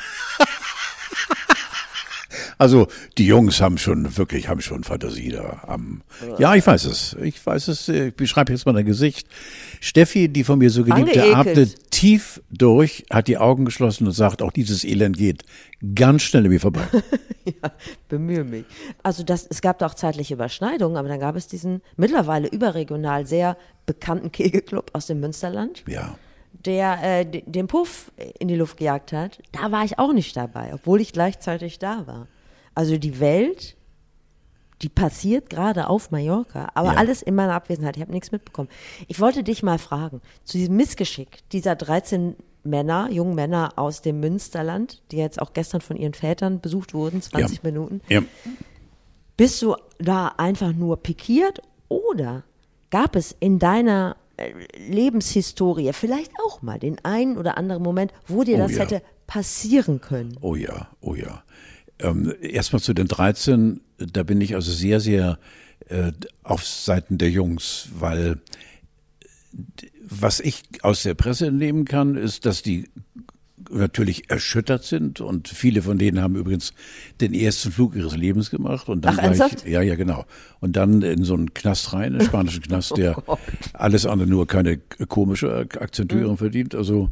Speaker 1: Also die Jungs haben schon Fantasie da. Ja, ich weiß es. Ich beschreibe jetzt mal dein Gesicht. Steffi, die von mir so geliebte, atmet tief durch, hat die Augen geschlossen und sagt, auch dieses Elend geht ganz schnell an mir vorbei.
Speaker 2: Ja, bemühe mich. Also es gab da auch zeitliche Überschneidungen, aber dann gab es diesen mittlerweile überregional sehr bekannten Kegelclub aus dem Münsterland.
Speaker 1: Ja.
Speaker 2: der den Puff in die Luft gejagt hat, da war ich auch nicht dabei, obwohl ich gleichzeitig da war. Also die Welt, die passiert gerade auf Mallorca, aber alles in meiner Abwesenheit. Ich habe nichts mitbekommen. Ich wollte dich mal fragen, zu diesem Missgeschick dieser 13 jungen Männer aus dem Münsterland, die jetzt auch gestern von ihren Vätern besucht wurden, 20 Minuten. Ja. Bist du da einfach nur pikiert oder gab es in deiner Lebenshistorie vielleicht auch mal den einen oder anderen Moment, wo dir das hätte passieren können?
Speaker 1: Oh ja. Erstmal zu den 13, da bin ich also sehr, sehr auf Seiten der Jungs, weil was ich aus der Presse nehmen kann, ist, dass die natürlich erschüttert sind und viele von denen haben übrigens den ersten Flug ihres Lebens gemacht. Und dann
Speaker 2: ernsthaft?
Speaker 1: Ja, genau. Und dann in so einen Knast rein, einen spanischen Knast, der alles andere nur keine komische Akzentuierung verdient. Also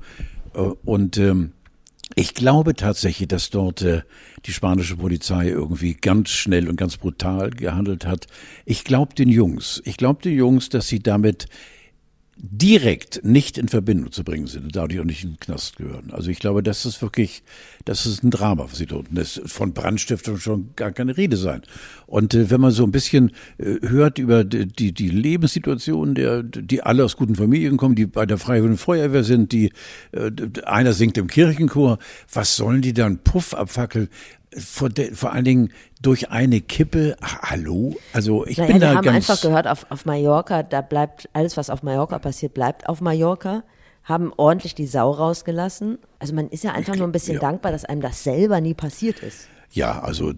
Speaker 1: ich glaube tatsächlich, dass dort die spanische Polizei irgendwie ganz schnell und ganz brutal gehandelt hat. Ich glaube den Jungs, dass sie damit direkt nicht in Verbindung zu bringen sind und dadurch auch nicht in den Knast gehören. Also ich glaube, das ist ein Drama, was sie dort tun. Es von Brandstiftung schon gar keine Rede sein. Und wenn man so ein bisschen hört über die Lebenssituation, die alle aus guten Familien kommen, die bei der Freiwilligen Feuerwehr sind, einer singt im Kirchenchor, was sollen die dann Puff abfackeln? Vor allen Dingen durch eine Kippe. Hallo? Also ich bin da
Speaker 2: wir haben
Speaker 1: ganz...
Speaker 2: einfach gehört, auf Mallorca, da bleibt alles, was auf Mallorca passiert, bleibt auf Mallorca. Haben ordentlich die Sau rausgelassen. Also man ist ja einfach nur ein bisschen dankbar, dass einem das selber nie passiert ist.
Speaker 1: Ja, also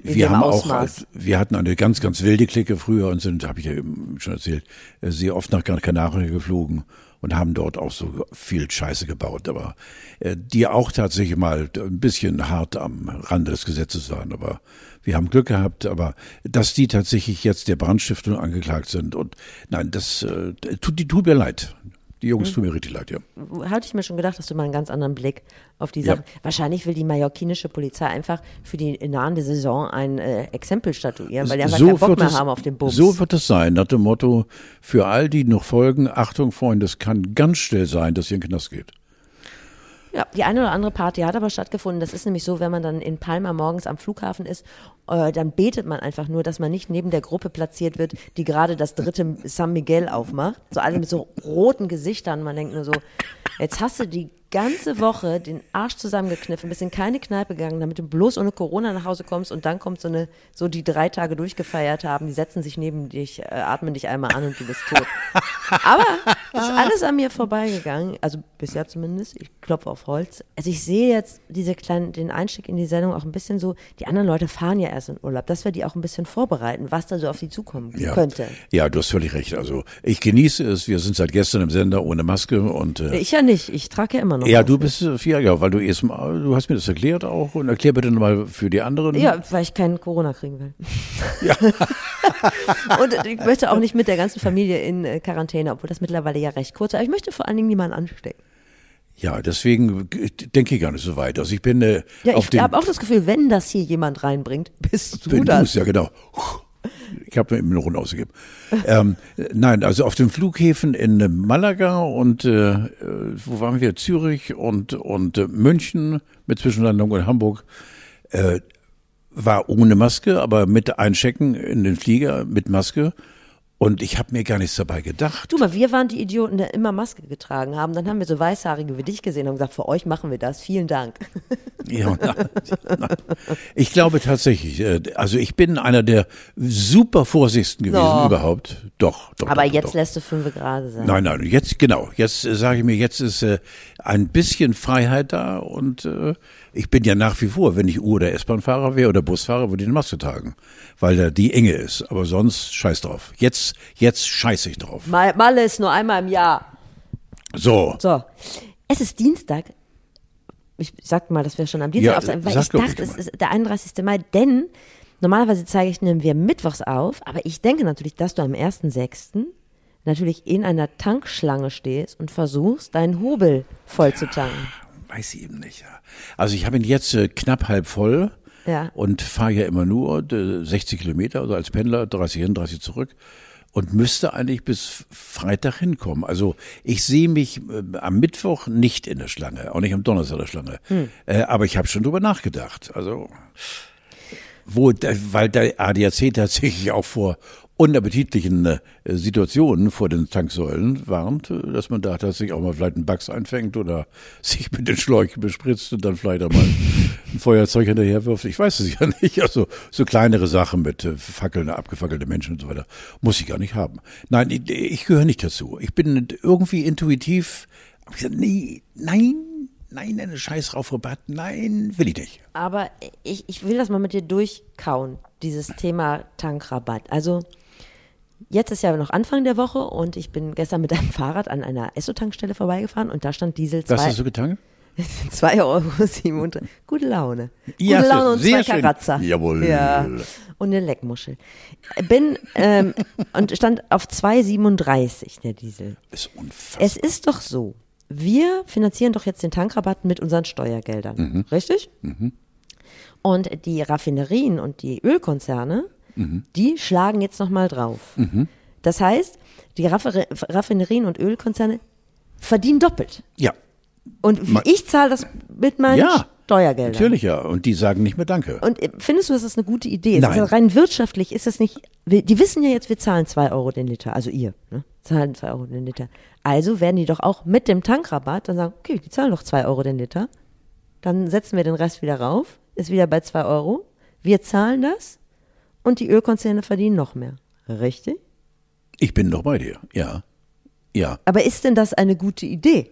Speaker 1: wir hatten eine ganz, ganz wilde Clique früher und habe ich ja eben schon erzählt, sehr oft nach Gran Canaria geflogen und haben dort auch so viel Scheiße gebaut, aber die auch tatsächlich mal ein bisschen hart am Rande des Gesetzes waren, aber wir haben Glück gehabt, aber dass die tatsächlich jetzt der Brandstiftung angeklagt sind und nein, das tut mir leid. Die Jungs tun mir richtig leid, ja.
Speaker 2: Hatte ich mir schon gedacht, dass du mal einen ganz anderen Blick auf die Sache. Wahrscheinlich will die mallorquinische Polizei einfach für die nahende Saison ein Exempel statuieren, weil die einfach keinen Bock mehr haben auf den Bums.
Speaker 1: So wird es sein, nach dem Motto, für all die noch folgen, Achtung Freunde, es kann ganz schnell sein, dass ihr in den Knast geht.
Speaker 2: Ja, die eine oder andere Party hat aber stattgefunden. Das ist nämlich so, wenn man dann in Palma morgens am Flughafen ist, dann betet man einfach nur, dass man nicht neben der Gruppe platziert wird, die gerade das 3. San Miguel aufmacht. So alle mit so roten Gesichtern. Man denkt nur so, jetzt hast du die ganze Woche den Arsch zusammengekniffen, bist in keine Kneipe gegangen, damit du bloß ohne Corona nach Hause kommst und dann kommt so die 3 Tage durchgefeiert haben, die setzen sich neben dich, atmen dich einmal an und du bist tot. Aber ist alles an mir vorbeigegangen, also bisher zumindest, ich klopfe auf Holz. Also ich sehe jetzt den Einstieg in die Sendung auch ein bisschen so, die anderen Leute fahren ja erst in Urlaub, dass wir die auch ein bisschen vorbereiten, was da so auf sie zukommen könnte. Ja,
Speaker 1: du hast völlig recht, also ich genieße es, wir sind seit gestern im Sender ohne Maske und
Speaker 2: ich ja nicht, ich trage ja immer noch.
Speaker 1: Ja, du bist weil du hast mir das erklärt auch und erklär bitte nochmal für die anderen.
Speaker 2: Ja, weil ich keinen Corona kriegen will. Ja. Und ich möchte auch nicht mit der ganzen Familie in Quarantäne, obwohl das mittlerweile ja recht kurz ist. Aber ich möchte vor allen Dingen niemanden anstecken.
Speaker 1: Ja, deswegen denke ich gar nicht so weit. Also ich bin
Speaker 2: ich habe auch das Gefühl, wenn das hier jemand reinbringt, bist du das.
Speaker 1: Ja, genau. Ich habe mir eben eine Runde ausgegeben. Nein, also auf den Flughäfen in Malaga und wo waren wir? Zürich und München mit Zwischenlandung und Hamburg war ohne Maske, aber mit Einchecken in den Flieger mit Maske. Und ich habe mir gar nichts dabei gedacht.
Speaker 2: Du mal, wir waren die Idioten, die immer Maske getragen haben. Dann haben wir so Weißhaarige wie dich gesehen und gesagt, für euch machen wir das. Vielen Dank.
Speaker 1: Ja, ich glaube tatsächlich, also ich bin einer der super vorsichtigsten gewesen überhaupt. Doch.
Speaker 2: Aber jetzt lässt du 5 gerade sein.
Speaker 1: Nein, jetzt genau. Jetzt sage ich mir, jetzt ist ein bisschen Freiheit da und ich bin ja nach wie vor, wenn ich U- oder S-Bahn-Fahrer wäre oder Busfahrer, würde ich eine Maske tragen, weil da die Enge ist. Aber sonst scheiß drauf. Jetzt scheiße ich drauf.
Speaker 2: Malle ist nur einmal im Jahr.
Speaker 1: So.
Speaker 2: Es ist Dienstag. Ich sag mal, dass wir schon am Dienstag auf sein, weil ich dachte, es ist der 31. Mai, denn normalerweise nehmen wir mittwochs auf, aber ich denke natürlich, dass du am 1.6. natürlich in einer Tankschlange stehst und versuchst, deinen Hobel voll zu tanken.
Speaker 1: Weiß ich eben nicht. Also ich habe ihn jetzt knapp halb voll und fahre ja immer nur 60 Kilometer, also als Pendler, 30 hin, 30 zurück. und müsste eigentlich bis Freitag hinkommen. Also ich sehe mich am Mittwoch nicht in der Schlange, auch nicht am Donnerstag in der Schlange. Aber ich habe schon drüber nachgedacht. Also weil der ADAC tatsächlich auch vor unappetitlichen Situationen vor den Tanksäulen warnt, dass man da tatsächlich auch mal vielleicht einen Bugs einfängt oder sich mit den Schläuchen bespritzt und dann vielleicht auch mal ein Feuerzeug hinterher wirft. Ich weiß es ja nicht. Also so kleinere Sachen mit Fackeln, abgefackelte Menschen und so weiter muss ich gar nicht haben. Nein, ich gehöre nicht dazu. Ich bin irgendwie intuitiv, hab ich gesagt, nee, nein, eine Scheiß Raufrabatt, nein, will ich nicht.
Speaker 2: Aber ich will das mal mit dir durchkauen, dieses Thema Tankrabatt. Also jetzt ist ja noch Anfang der Woche und ich bin gestern mit einem Fahrrad an einer Esso-Tankstelle vorbeigefahren und da stand Diesel 2.
Speaker 1: Was hast du getankt?
Speaker 2: 2,37 €. Gute Laune.
Speaker 1: Ja,
Speaker 2: Gute Laune und
Speaker 1: sehr
Speaker 2: 2 Karazza.
Speaker 1: Jawohl.
Speaker 2: Ja. Und eine Leckmuschel. Und stand auf 2,37 der Diesel.
Speaker 1: Ist unfassbar.
Speaker 2: Es ist doch so, wir finanzieren doch jetzt den Tankrabatt mit unseren Steuergeldern, richtig? Und die Raffinerien und die Ölkonzerne, die schlagen jetzt nochmal drauf. Das heißt, die Raffinerien und Ölkonzerne verdienen doppelt.
Speaker 1: Ja.
Speaker 2: Und ich zahle das mit meinen Steuergeldern.
Speaker 1: Natürlich ja. Und die sagen nicht mehr Danke.
Speaker 2: Und findest du, dass das eine gute Idee ist?
Speaker 1: Nein.
Speaker 2: Also rein wirtschaftlich ist das nicht, die wissen ja jetzt, wir zahlen 2 € den Liter, also ihr, ne? Zahlen 2 € den Liter. Also werden die doch auch mit dem Tankrabatt dann sagen, okay, die zahlen doch 2 € den Liter, dann setzen wir den Rest wieder rauf, ist wieder bei 2 €, wir zahlen das und die Ölkonzerne verdienen noch mehr. Richtig?
Speaker 1: Ich bin doch bei dir, ja. Ja.
Speaker 2: Aber ist denn das eine gute Idee?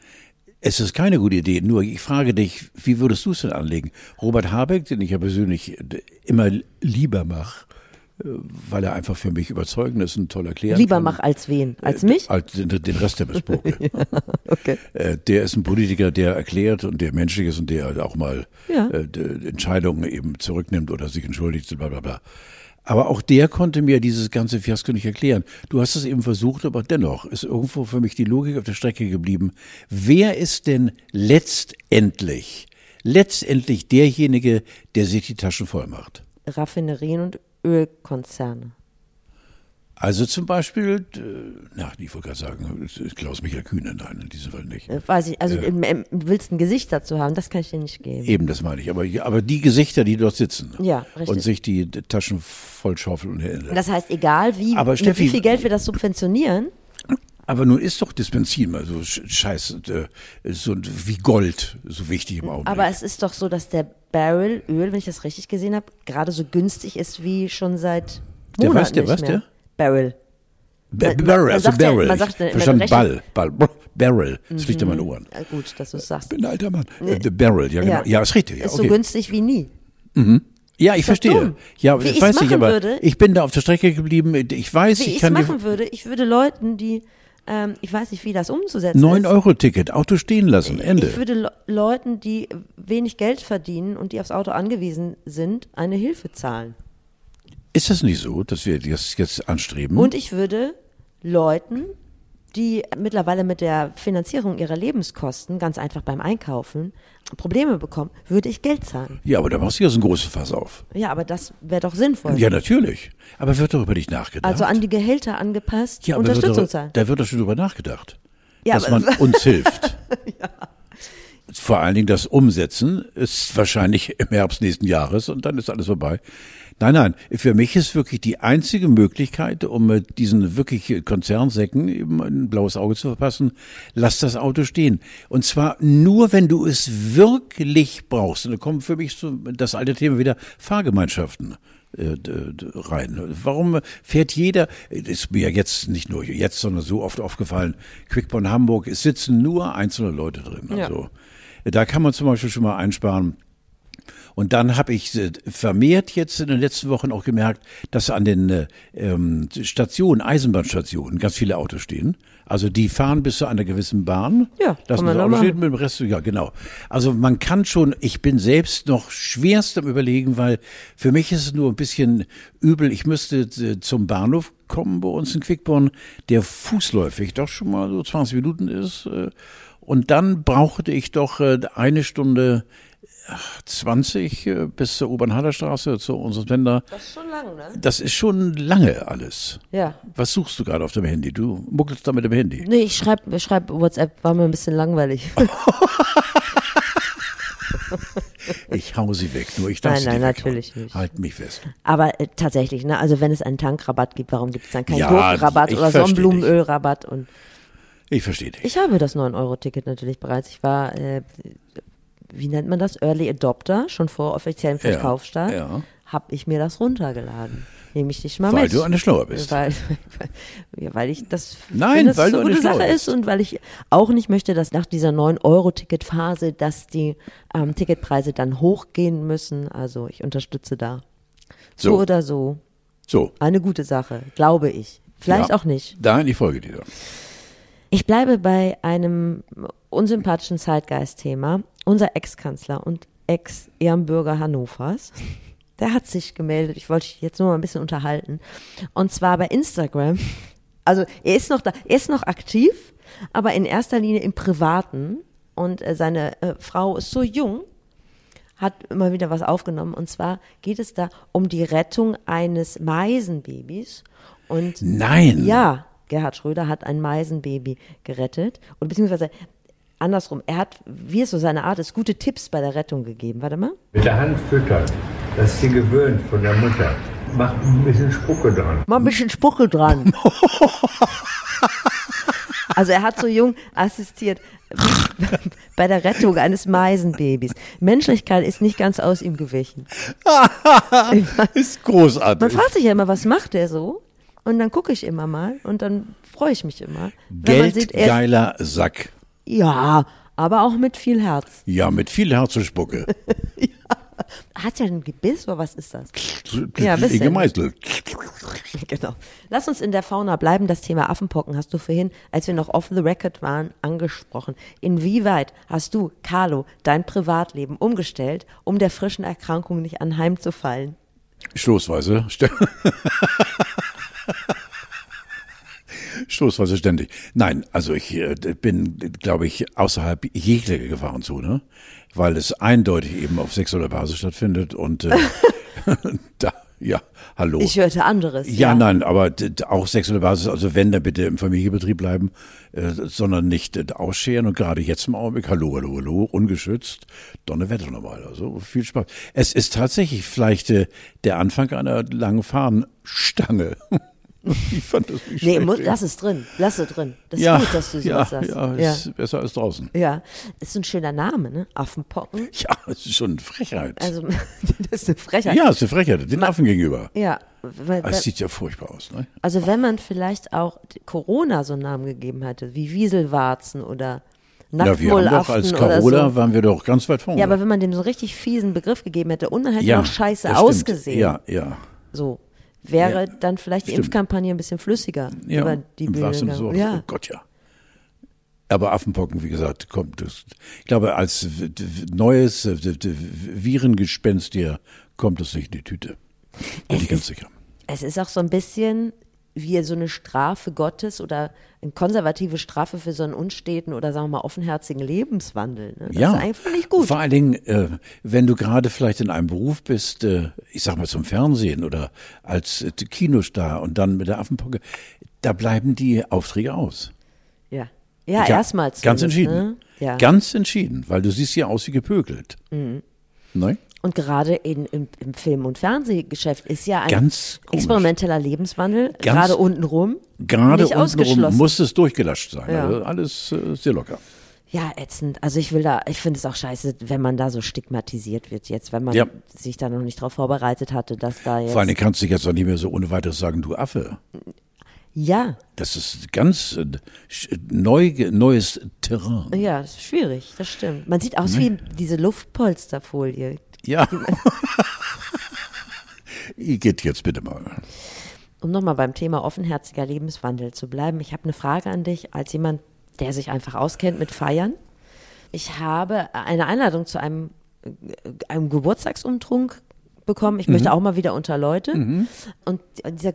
Speaker 1: Es ist keine gute Idee, nur ich frage dich, wie würdest du es denn anlegen? Robert Habeck, den ich ja persönlich immer lieber mache, weil er einfach für mich überzeugend ist, ein toller Erklärer.
Speaker 2: Lieber mach als wen? Als mich?
Speaker 1: Als den Rest der Missbrauche.
Speaker 2: Ja, okay.
Speaker 1: Der ist ein Politiker, der erklärt und der menschlich ist und der auch mal Entscheidungen eben zurücknimmt oder sich entschuldigt, bla bla bla. Aber auch der konnte mir dieses ganze Fiasko nicht erklären. Du hast es eben versucht, aber dennoch ist irgendwo für mich die Logik auf der Strecke geblieben. Wer ist denn letztendlich derjenige, der sich die Taschen voll macht?
Speaker 2: Raffinerien und Ölkonzerne.
Speaker 1: Also zum Beispiel, ich wollte gerade sagen, Klaus-Michael Kühne, nein, in diesem Fall nicht.
Speaker 2: Weiß ich, also willst ein Gesicht dazu haben, das kann ich dir nicht geben.
Speaker 1: Eben, das meine ich. Aber die Gesichter, die dort sitzen
Speaker 2: ja, richtig.
Speaker 1: Und sich die Taschen voll schaufeln.
Speaker 2: Das heißt, egal mit wie viel Geld wir das subventionieren.
Speaker 1: Aber nun ist doch das Benzin mal so scheiße, so wie Gold, so wichtig im Augenblick.
Speaker 2: Aber es ist doch so, dass der Barrel Öl, wenn ich das richtig gesehen habe, gerade so günstig ist wie schon seit Monaten
Speaker 1: der
Speaker 2: nicht mehr.
Speaker 1: Barrel.
Speaker 2: Barrel,
Speaker 1: also Barrel.
Speaker 2: Man sagt
Speaker 1: Verstanden, Barrel. Das liegt in meinen Ohren.
Speaker 2: Ja, gut, dass du es sagst.
Speaker 1: Ich bin ein alter Mann. Barrel, ja genau. Ja, ist richtig.
Speaker 2: Ist so günstig wie nie.
Speaker 1: Ja, ich verstehe.
Speaker 2: Dumm.
Speaker 1: Ja,
Speaker 2: wie
Speaker 1: ich weiß nicht, aber ich bin da auf der Strecke geblieben. Ich weiß,
Speaker 2: ich würde Leuten, die ich weiß nicht, wie das umzusetzen
Speaker 1: 9-Euro-Ticket, Auto stehen lassen, Ende.
Speaker 2: Ich würde Leuten, die wenig Geld verdienen und die aufs Auto angewiesen sind, eine Hilfe zahlen.
Speaker 1: Ist das nicht so, dass wir das jetzt anstreben?
Speaker 2: Und ich würde Leuten, die mittlerweile mit der Finanzierung ihrer Lebenskosten ganz einfach beim Einkaufen Probleme bekommen, würde ich Geld zahlen.
Speaker 1: Ja, aber da machst du ja so ein großes Fass auf.
Speaker 2: Ja, aber das wäre doch sinnvoll.
Speaker 1: Ja, natürlich. Aber wird doch über dich nachgedacht.
Speaker 2: Also an die Gehälter angepasst, ja, Unterstützung zahlen.
Speaker 1: Da wird doch schon drüber nachgedacht,
Speaker 2: ja,
Speaker 1: dass man uns hilft. Ja. Vor allen Dingen das Umsetzen ist wahrscheinlich im Herbst nächsten Jahres und dann ist alles vorbei. Nein, für mich ist wirklich die einzige Möglichkeit, um diesen wirklich Konzernsäcken eben ein blaues Auge zu verpassen, lass das Auto stehen. Und zwar nur, wenn du es wirklich brauchst. Und da kommt für mich so das alte Thema wieder Fahrgemeinschaften rein. Warum fährt jeder, ist mir jetzt nicht nur jetzt, sondern so oft aufgefallen, Quickborn Hamburg, es sitzen nur einzelne Leute drin. Also da kann man zum Beispiel schon mal einsparen. Und dann habe ich vermehrt jetzt in den letzten Wochen auch gemerkt, dass an den Stationen, Eisenbahnstationen, ganz viele Autos stehen. Also die fahren bis zu einer gewissen Bahn. Ja, lassen das Auto stehen mit dem Rest. Ja, genau. Also man kann schon, ich bin selbst noch schwerst am Überlegen, weil für mich ist es nur ein bisschen übel. Ich müsste zum Bahnhof kommen bei uns in Quickborn, der fußläufig doch schon mal so 20 Minuten ist. Und dann brauchte ich doch 1 Stunde 20 bis zur Obernhallerstraße, zu unserem Sender.
Speaker 2: Das ist schon lang, ne?
Speaker 1: Das ist schon lange alles.
Speaker 2: Ja.
Speaker 1: Was suchst du gerade auf dem Handy? Du muckelst da mit dem Handy.
Speaker 2: Nee, ich schreib WhatsApp, war mir ein bisschen langweilig.
Speaker 1: Ich hau sie weg, nur ich darf sie
Speaker 2: Nein,
Speaker 1: nicht
Speaker 2: natürlich
Speaker 1: weghauen.
Speaker 2: nicht.
Speaker 1: Halt mich fest.
Speaker 2: Aber tatsächlich, ne? Also wenn es einen Tankrabatt gibt, warum gibt es dann keinen
Speaker 1: Ja,
Speaker 2: Gurkenrabatt
Speaker 1: ich
Speaker 2: oder
Speaker 1: versteh dich.
Speaker 2: Sonnenblumenölrabatt? Und
Speaker 1: Ich verstehe dich.
Speaker 2: ich habe das 9-Euro-Ticket natürlich bereits. Ich war, wie nennt man das? Early Adopter, schon vor offiziellem Verkaufsstart.
Speaker 1: Ja.
Speaker 2: Habe ich mir das runtergeladen. Nehme ich dich mal
Speaker 1: Weil
Speaker 2: mit.
Speaker 1: du eine Schlauer bist.
Speaker 2: Weil ich das
Speaker 1: Nein,
Speaker 2: finde, dass
Speaker 1: weil
Speaker 2: es
Speaker 1: du
Speaker 2: eine
Speaker 1: eine
Speaker 2: gute Sache
Speaker 1: Schlaue
Speaker 2: ist und weil ich auch nicht möchte, dass nach dieser 9-Euro-Ticket-Phase, dass die Ticketpreise dann hochgehen müssen. Also ich unterstütze da. So oder so.
Speaker 1: So.
Speaker 2: Eine gute Sache, glaube ich. Vielleicht auch nicht.
Speaker 1: Dahin, ich folge dir.
Speaker 2: Ich bleibe bei einem unsympathischen Zeitgeist-Thema. Unser Ex-Kanzler und Ex-Ehrenbürger Hannovers, der hat sich gemeldet. Ich wollte dich jetzt nur mal ein bisschen unterhalten. Und zwar bei Instagram. Also er ist noch da, er ist noch aktiv, aber in erster Linie im Privaten. Und seine Frau ist so jung, hat immer wieder was aufgenommen. Und zwar geht es da um die Rettung eines Meisenbabys. Und
Speaker 1: Nein.
Speaker 2: ja, Gerhard Schröder hat ein Meisenbaby gerettet. Und beziehungsweise andersrum, er hat, wie es so seine Art ist, gute Tipps bei der Rettung gegeben. Warte mal.
Speaker 4: Mit der Hand füttern, das ist sie gewöhnt von der Mutter. Mach ein bisschen Spucke dran.
Speaker 2: Mal ein bisschen Spucke dran. Also er hat so jung assistiert bei der Rettung eines Meisenbabys. Menschlichkeit ist nicht ganz aus ihm gewichen.
Speaker 1: Ist großartig.
Speaker 2: Man fragt sich ja immer, was macht der so? Und dann gucke ich immer mal und dann freue ich mich immer. Wenn man sieht,
Speaker 1: Geldgeiler Sack.
Speaker 2: ja, aber auch mit viel Herz.
Speaker 1: Ja, mit viel Herz und Spucke.
Speaker 2: Hat ja ein Gebiss, oder was ist das? Ja, ein bisschen.
Speaker 1: Gemeißelt.
Speaker 2: Genau. Lass uns in der Fauna bleiben. Das Thema Affenpocken hast du vorhin, als wir noch off the record waren, angesprochen. Inwieweit hast du, Carlo, dein Privatleben umgestellt, um der frischen Erkrankung nicht anheimzufallen?
Speaker 1: Stoßweise. Stoßweise ständig. Nein, also ich bin, glaube ich, außerhalb jeglicher Gefahrenzone, weil es eindeutig eben auf sexueller Basis stattfindet und da, ja, hallo.
Speaker 2: Ich hörte anderes.
Speaker 1: Ja, nein, aber auch sexuelle Basis, also wenn, dann bitte im Familienbetrieb bleiben, sondern nicht ausscheren und gerade jetzt im Augenblick, hallo, ungeschützt, Donnerwetter nochmal, also viel Spaß. Es ist tatsächlich vielleicht der Anfang einer langen Fahnenstange. Ich fand das nicht schlecht.
Speaker 2: Lass es drin. Das ist gut, dass du sowas sagst.
Speaker 1: Ja, ist besser als draußen.
Speaker 2: Ja, ist ein schöner Name, ne? Affenpocken.
Speaker 1: Ja, es ist schon eine Frechheit.
Speaker 2: Also, das ist eine Frechheit.
Speaker 1: Ja, es ist eine Frechheit, den Affen gegenüber.
Speaker 2: Ja.
Speaker 1: Es sieht ja furchtbar aus, ne?
Speaker 2: Also wenn man vielleicht auch Corona so einen Namen gegeben hätte, wie Wieselwarzen oder
Speaker 1: Ja, wir haben doch als Carola waren wir doch ganz weit vorne.
Speaker 2: Ja, aber wenn man dem so einen richtig fiesen Begriff gegeben hätte und dann hätte
Speaker 1: ja,
Speaker 2: noch scheiße
Speaker 1: das
Speaker 2: ausgesehen.
Speaker 1: Ja.
Speaker 2: So. Wäre
Speaker 1: Ja,
Speaker 2: dann vielleicht die
Speaker 1: stimmt.
Speaker 2: Impfkampagne ein bisschen flüssiger über die
Speaker 1: im
Speaker 2: Bühne
Speaker 1: wahrsten Sinne des
Speaker 2: gegangen.
Speaker 1: Wortes.
Speaker 2: Ja.
Speaker 1: Oh Gott, ja. Aber Affenpocken, wie gesagt, kommt das. Ich glaube, als neues Virengespenst hier kommt es nicht in die Tüte. Bin ich ganz sicher.
Speaker 2: Es ist auch so ein bisschen wie so eine Strafe Gottes oder eine konservative Strafe für so einen unsteten oder sagen wir mal offenherzigen Lebenswandel. Ne? Das ist einfach nicht gut.
Speaker 1: Vor allen Dingen, wenn du gerade vielleicht in einem Beruf bist, ich sag mal zum Fernsehen oder als Kinostar und dann mit der Affenpocke, da bleiben die Aufträge aus.
Speaker 2: Ja, erstmals.
Speaker 1: Ganz entschieden.
Speaker 2: Ne? Ja.
Speaker 1: Ganz entschieden, weil du siehst hier aus wie gepökelt. Mhm. Ne?
Speaker 2: Und gerade im Film- und Fernsehgeschäft ist ja ein
Speaker 1: ganz
Speaker 2: experimenteller Lebenswandel, gerade untenrum,
Speaker 1: gerade
Speaker 2: nicht ausgeschlossen.
Speaker 1: Untenrum muss es durchgelascht sein.
Speaker 2: Ja.
Speaker 1: Also alles sehr locker.
Speaker 2: Ja, ätzend. Also ich finde es auch scheiße, wenn man da so stigmatisiert wird jetzt, wenn man sich da noch nicht drauf vorbereitet hatte, dass da jetzt...
Speaker 1: Vor allem kannst du jetzt auch nicht mehr so ohne weiteres sagen, du Affe.
Speaker 2: Ja.
Speaker 1: Das ist ganz neues Terrain.
Speaker 2: Ja, das ist schwierig, das stimmt. Man sieht aus wie diese Luftpolsterfolie.
Speaker 1: Ja. Geht jetzt bitte mal.
Speaker 2: Um nochmal beim Thema offenherziger Lebenswandel zu bleiben, ich habe eine Frage an dich als jemand, der sich einfach auskennt mit Feiern. Ich habe eine Einladung zu einem Geburtstagsumtrunk bekommen. Ich möchte auch mal wieder unter Leute. Und dieser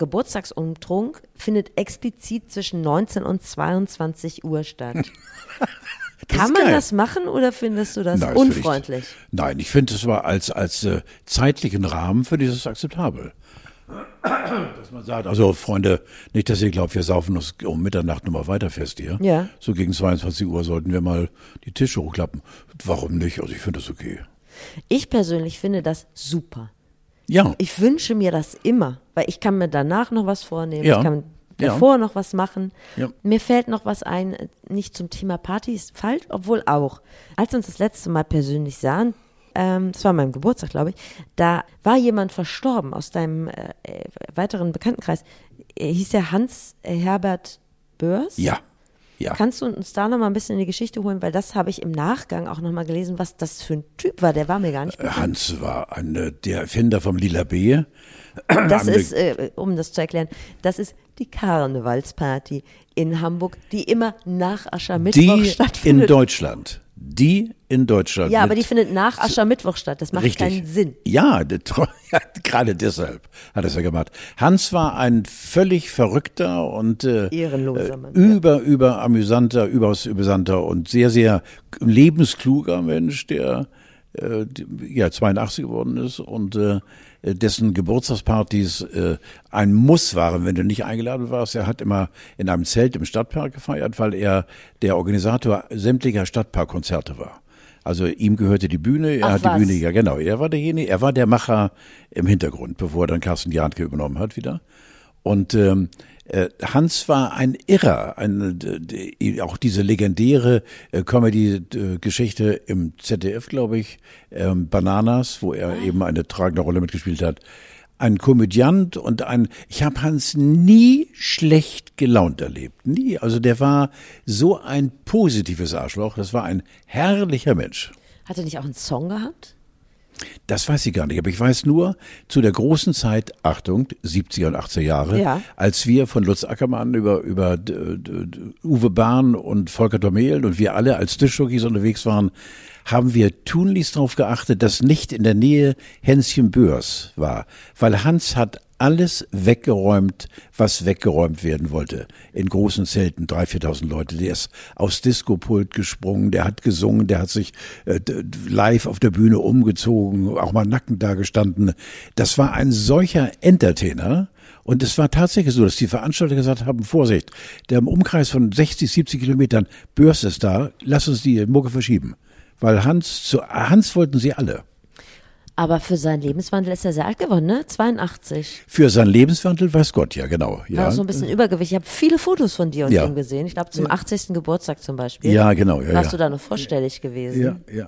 Speaker 2: Geburtstagsumtrunk findet explizit zwischen 19 und 22 Uhr statt. Kann man das machen oder findest du das unfreundlich?
Speaker 1: Nein, ich finde es aber als zeitlichen Rahmen finde ich das akzeptabel. Dass man sagt, also Freunde, nicht, dass ihr glaubt, wir saufen uns um Mitternacht nochmal weiter fest hier.
Speaker 2: Ja.
Speaker 1: So gegen 22 Uhr sollten wir mal die Tische hochklappen. Warum nicht? Also ich finde das okay.
Speaker 2: Ich persönlich finde das super.
Speaker 1: Ja.
Speaker 2: Ich wünsche mir das immer, weil ich kann mir danach noch was vornehmen,
Speaker 1: Ja.
Speaker 2: ich kann davor noch was machen.
Speaker 1: Ja.
Speaker 2: Mir fällt noch was ein, nicht zum Thema Partys, falsch, obwohl auch. Als wir uns das letzte Mal persönlich sahen, das war mein Geburtstag, glaube ich, da war jemand verstorben aus deinem weiteren Bekanntenkreis. Hieß der Hans Herbert Börs?
Speaker 1: Ja. Ja.
Speaker 2: Kannst du uns da noch mal ein bisschen in die Geschichte holen, weil das habe ich im Nachgang auch noch mal gelesen, was das für ein Typ war, der war mir gar nicht bekannt.
Speaker 1: Hans war der Erfinder vom Lila B.
Speaker 2: Das ist, um das zu erklären, das ist die Karnevalsparty in Hamburg, die immer nach Aschermittwoch stattfindet.
Speaker 1: Die in Deutschland.
Speaker 2: Ja, aber die findet nach Aschermittwoch statt. Das macht
Speaker 1: Richtig.
Speaker 2: keinen Sinn.
Speaker 1: Ja, gerade deshalb hat er es ja gemacht. Hans war ein völlig verrückter und
Speaker 2: Ehrenloser Mann.
Speaker 1: überaus amüsanter und sehr, sehr lebenskluger Mensch, der 82 geworden ist und dessen Geburtstagspartys ein Muss waren, wenn du nicht eingeladen warst. Er hat immer in einem Zelt im Stadtpark gefeiert, weil er der Organisator sämtlicher Stadtparkkonzerte war. Also ihm gehörte die Bühne, er hat die Bühne, ja genau, er war der Macher im Hintergrund, bevor dann Carsten Jahnke übernommen hat wieder. Und Hans war ein Irrer, auch diese legendäre Comedy-Geschichte im ZDF, glaube ich, Bananas, wo er eben eine tragende Rolle mitgespielt hat. Ein Komödiant und ich habe Hans nie schlecht gelaunt erlebt, nie. Also der war so ein positives Arschloch, das war ein herrlicher Mensch.
Speaker 2: Hat er nicht auch einen Song gehabt?
Speaker 1: Das weiß ich gar nicht, aber ich weiß nur, zu der großen Zeit, Achtung, 70er und 80er Jahre, als wir von Lutz Ackermann über Uwe Bahn und Volker Domel und wir alle als Dischjockeys unterwegs waren, haben wir tunlichst darauf geachtet, dass nicht in der Nähe Hänschen Börs war, weil Hans hat alles weggeräumt, was weggeräumt werden wollte. In großen Zelten, 3.000, 4.000 Leute. Der ist aufs Diskopult gesprungen, der hat gesungen, der hat sich live auf der Bühne umgezogen, auch mal nackend da gestanden. Das war ein solcher Entertainer. Und es war tatsächlich so, dass die Veranstalter gesagt haben, Vorsicht, der im Umkreis von 60, 70 Kilometern, Börs ist da, lass uns die Mucke verschieben. Weil Hans wollten sie alle.
Speaker 2: Aber für seinen Lebenswandel ist er sehr alt geworden, ne? 82.
Speaker 1: Für seinen Lebenswandel weiß Gott, ja, genau. Ja.
Speaker 2: War so ein bisschen Übergewicht. Ich habe viele Fotos von dir und ihm gesehen. Ich glaube, zum 80. Geburtstag zum Beispiel.
Speaker 1: Ja, genau. Ja,
Speaker 2: warst du da noch vorstellig gewesen?
Speaker 1: Ja.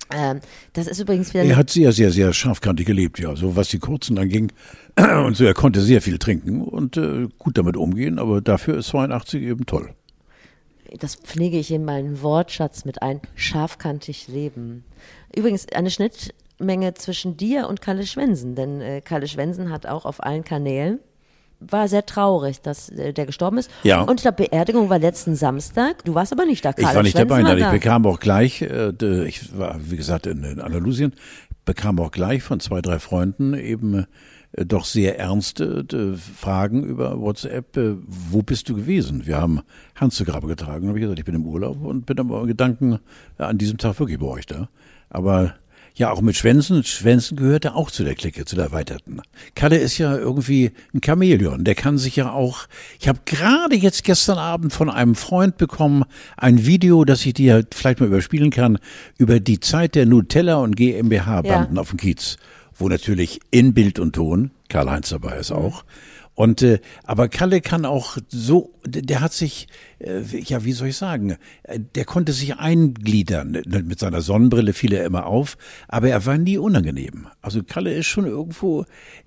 Speaker 2: Das ist übrigens wieder...
Speaker 1: Er hat sehr, sehr, sehr scharfkantig gelebt, ja. So was die Kurzen anging. Und so, er konnte sehr viel trinken und gut damit umgehen. Aber dafür ist 82 eben toll.
Speaker 2: Das pflege ich in meinen Wortschatz mit ein. Scharfkantig leben. Übrigens, eine Schnittmenge zwischen dir und Kalle Schwensen, denn Kalle Schwensen hat auch auf allen Kanälen, war sehr traurig, dass der gestorben ist.
Speaker 1: Ja.
Speaker 2: Und ich glaube, Beerdigung war letzten Samstag. Du warst aber nicht da, Kalle.
Speaker 1: Ich war nicht
Speaker 2: Schwensen
Speaker 1: dabei,
Speaker 2: war
Speaker 1: nein.
Speaker 2: da.
Speaker 1: Ich bekam auch gleich, ich war, wie gesagt, in Andalusien, bekam auch gleich von 2, 3 Freunden eben doch sehr ernste Fragen über WhatsApp. Wo bist du gewesen? Wir haben Hans zu Grabe getragen. Da habe ich gesagt, ich bin im Urlaub und bin aber Gedanken an diesem Tag wirklich bei euch da. Aber ja, auch mit Schwensen. Schwensen gehörte auch zu der Clique, zu der Erweiterten. Kalle ist ja irgendwie ein Chamäleon. Der kann sich ja auch, ich habe gerade jetzt gestern Abend von einem Freund bekommen, ein Video, das ich dir vielleicht mal überspielen kann, über die Zeit der Nutella und GmbH-Banden auf dem Kiez. Wo natürlich in Bild und Ton, Karl-Heinz dabei ist auch. Und aber Kalle kann auch so, der hat sich, ja, wie soll ich sagen, der konnte sich eingliedern. Mit seiner Sonnenbrille fiel er immer auf, aber er war nie unangenehm. Also Kalle ist schon irgendwo,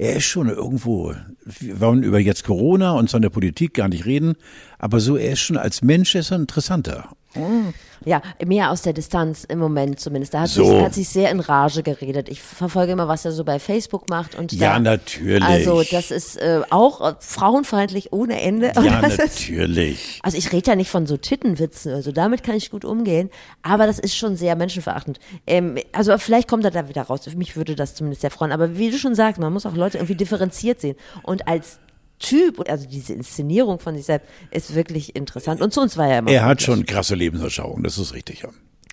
Speaker 1: wir wollen über jetzt Corona und seine Politik gar nicht reden, aber so, er ist schon als Mensch ist er interessanter.
Speaker 2: Ja, mehr aus der Distanz im Moment zumindest. Da hat sich sehr in Rage geredet. Ich verfolge immer, was er so bei Facebook macht. Und
Speaker 1: ja, natürlich.
Speaker 2: Also das ist auch frauenfeindlich ohne Ende.
Speaker 1: Ja, natürlich.
Speaker 2: Also ich rede ja nicht von so Tittenwitzen, also damit kann ich gut umgehen, aber das ist schon sehr menschenverachtend. Also vielleicht kommt er da wieder raus. Für mich würde das zumindest sehr freuen. Aber wie du schon sagst, man muss auch Leute irgendwie differenziert sehen. Und als Typ, also diese Inszenierung von sich selbst ist wirklich interessant. Und zu uns war er immer.
Speaker 1: Er hat schon krasse Lebensanschauungen, das ist richtig, ja.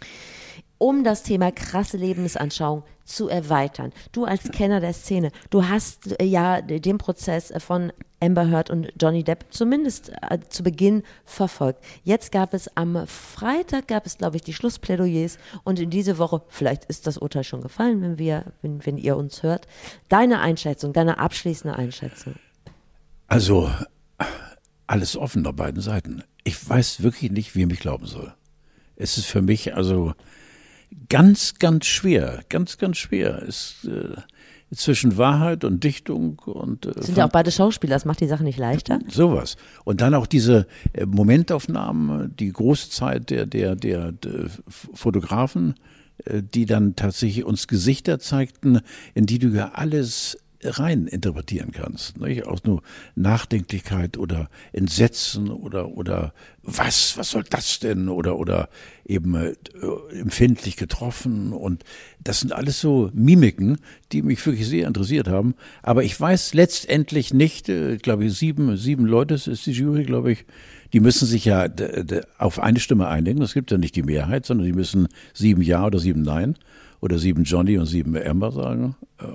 Speaker 2: Um das Thema krasse Lebensanschauung zu erweitern. Du als Kenner der Szene, du hast ja den Prozess von Amber Heard und Johnny Depp zumindest zu Beginn verfolgt. Jetzt gab es am Freitag, glaube ich, die Schlussplädoyers und in diese Woche, vielleicht ist das Urteil schon gefallen, wenn ihr uns hört, deine Einschätzung, deine abschließende Einschätzung.
Speaker 1: Also, alles offen auf beiden Seiten. Ich weiß wirklich nicht, wem ich glauben soll. Es ist für mich also ganz, ganz schwer, ganz, ganz schwer. Es zwischen Wahrheit und Dichtung und
Speaker 2: sind ja auch beide Schauspieler, das macht die Sache nicht leichter.
Speaker 1: Sowas. Und dann auch diese Momentaufnahmen, die große Zeit der Fotografen, die dann tatsächlich uns Gesichter zeigten, in die du ja alles rein interpretieren kannst, nicht? Auch nur Nachdenklichkeit oder Entsetzen oder was soll das denn oder eben empfindlich getroffen und das sind alles so Mimiken, die mich wirklich sehr interessiert haben, aber ich weiß letztendlich nicht, glaube ich, sieben Leute ist die Jury, glaube ich, die müssen sich ja auf eine Stimme einigen, es gibt ja nicht die Mehrheit, sondern die müssen 7 Ja oder 7 Nein oder 7 Johnny und 7 Amber sagen.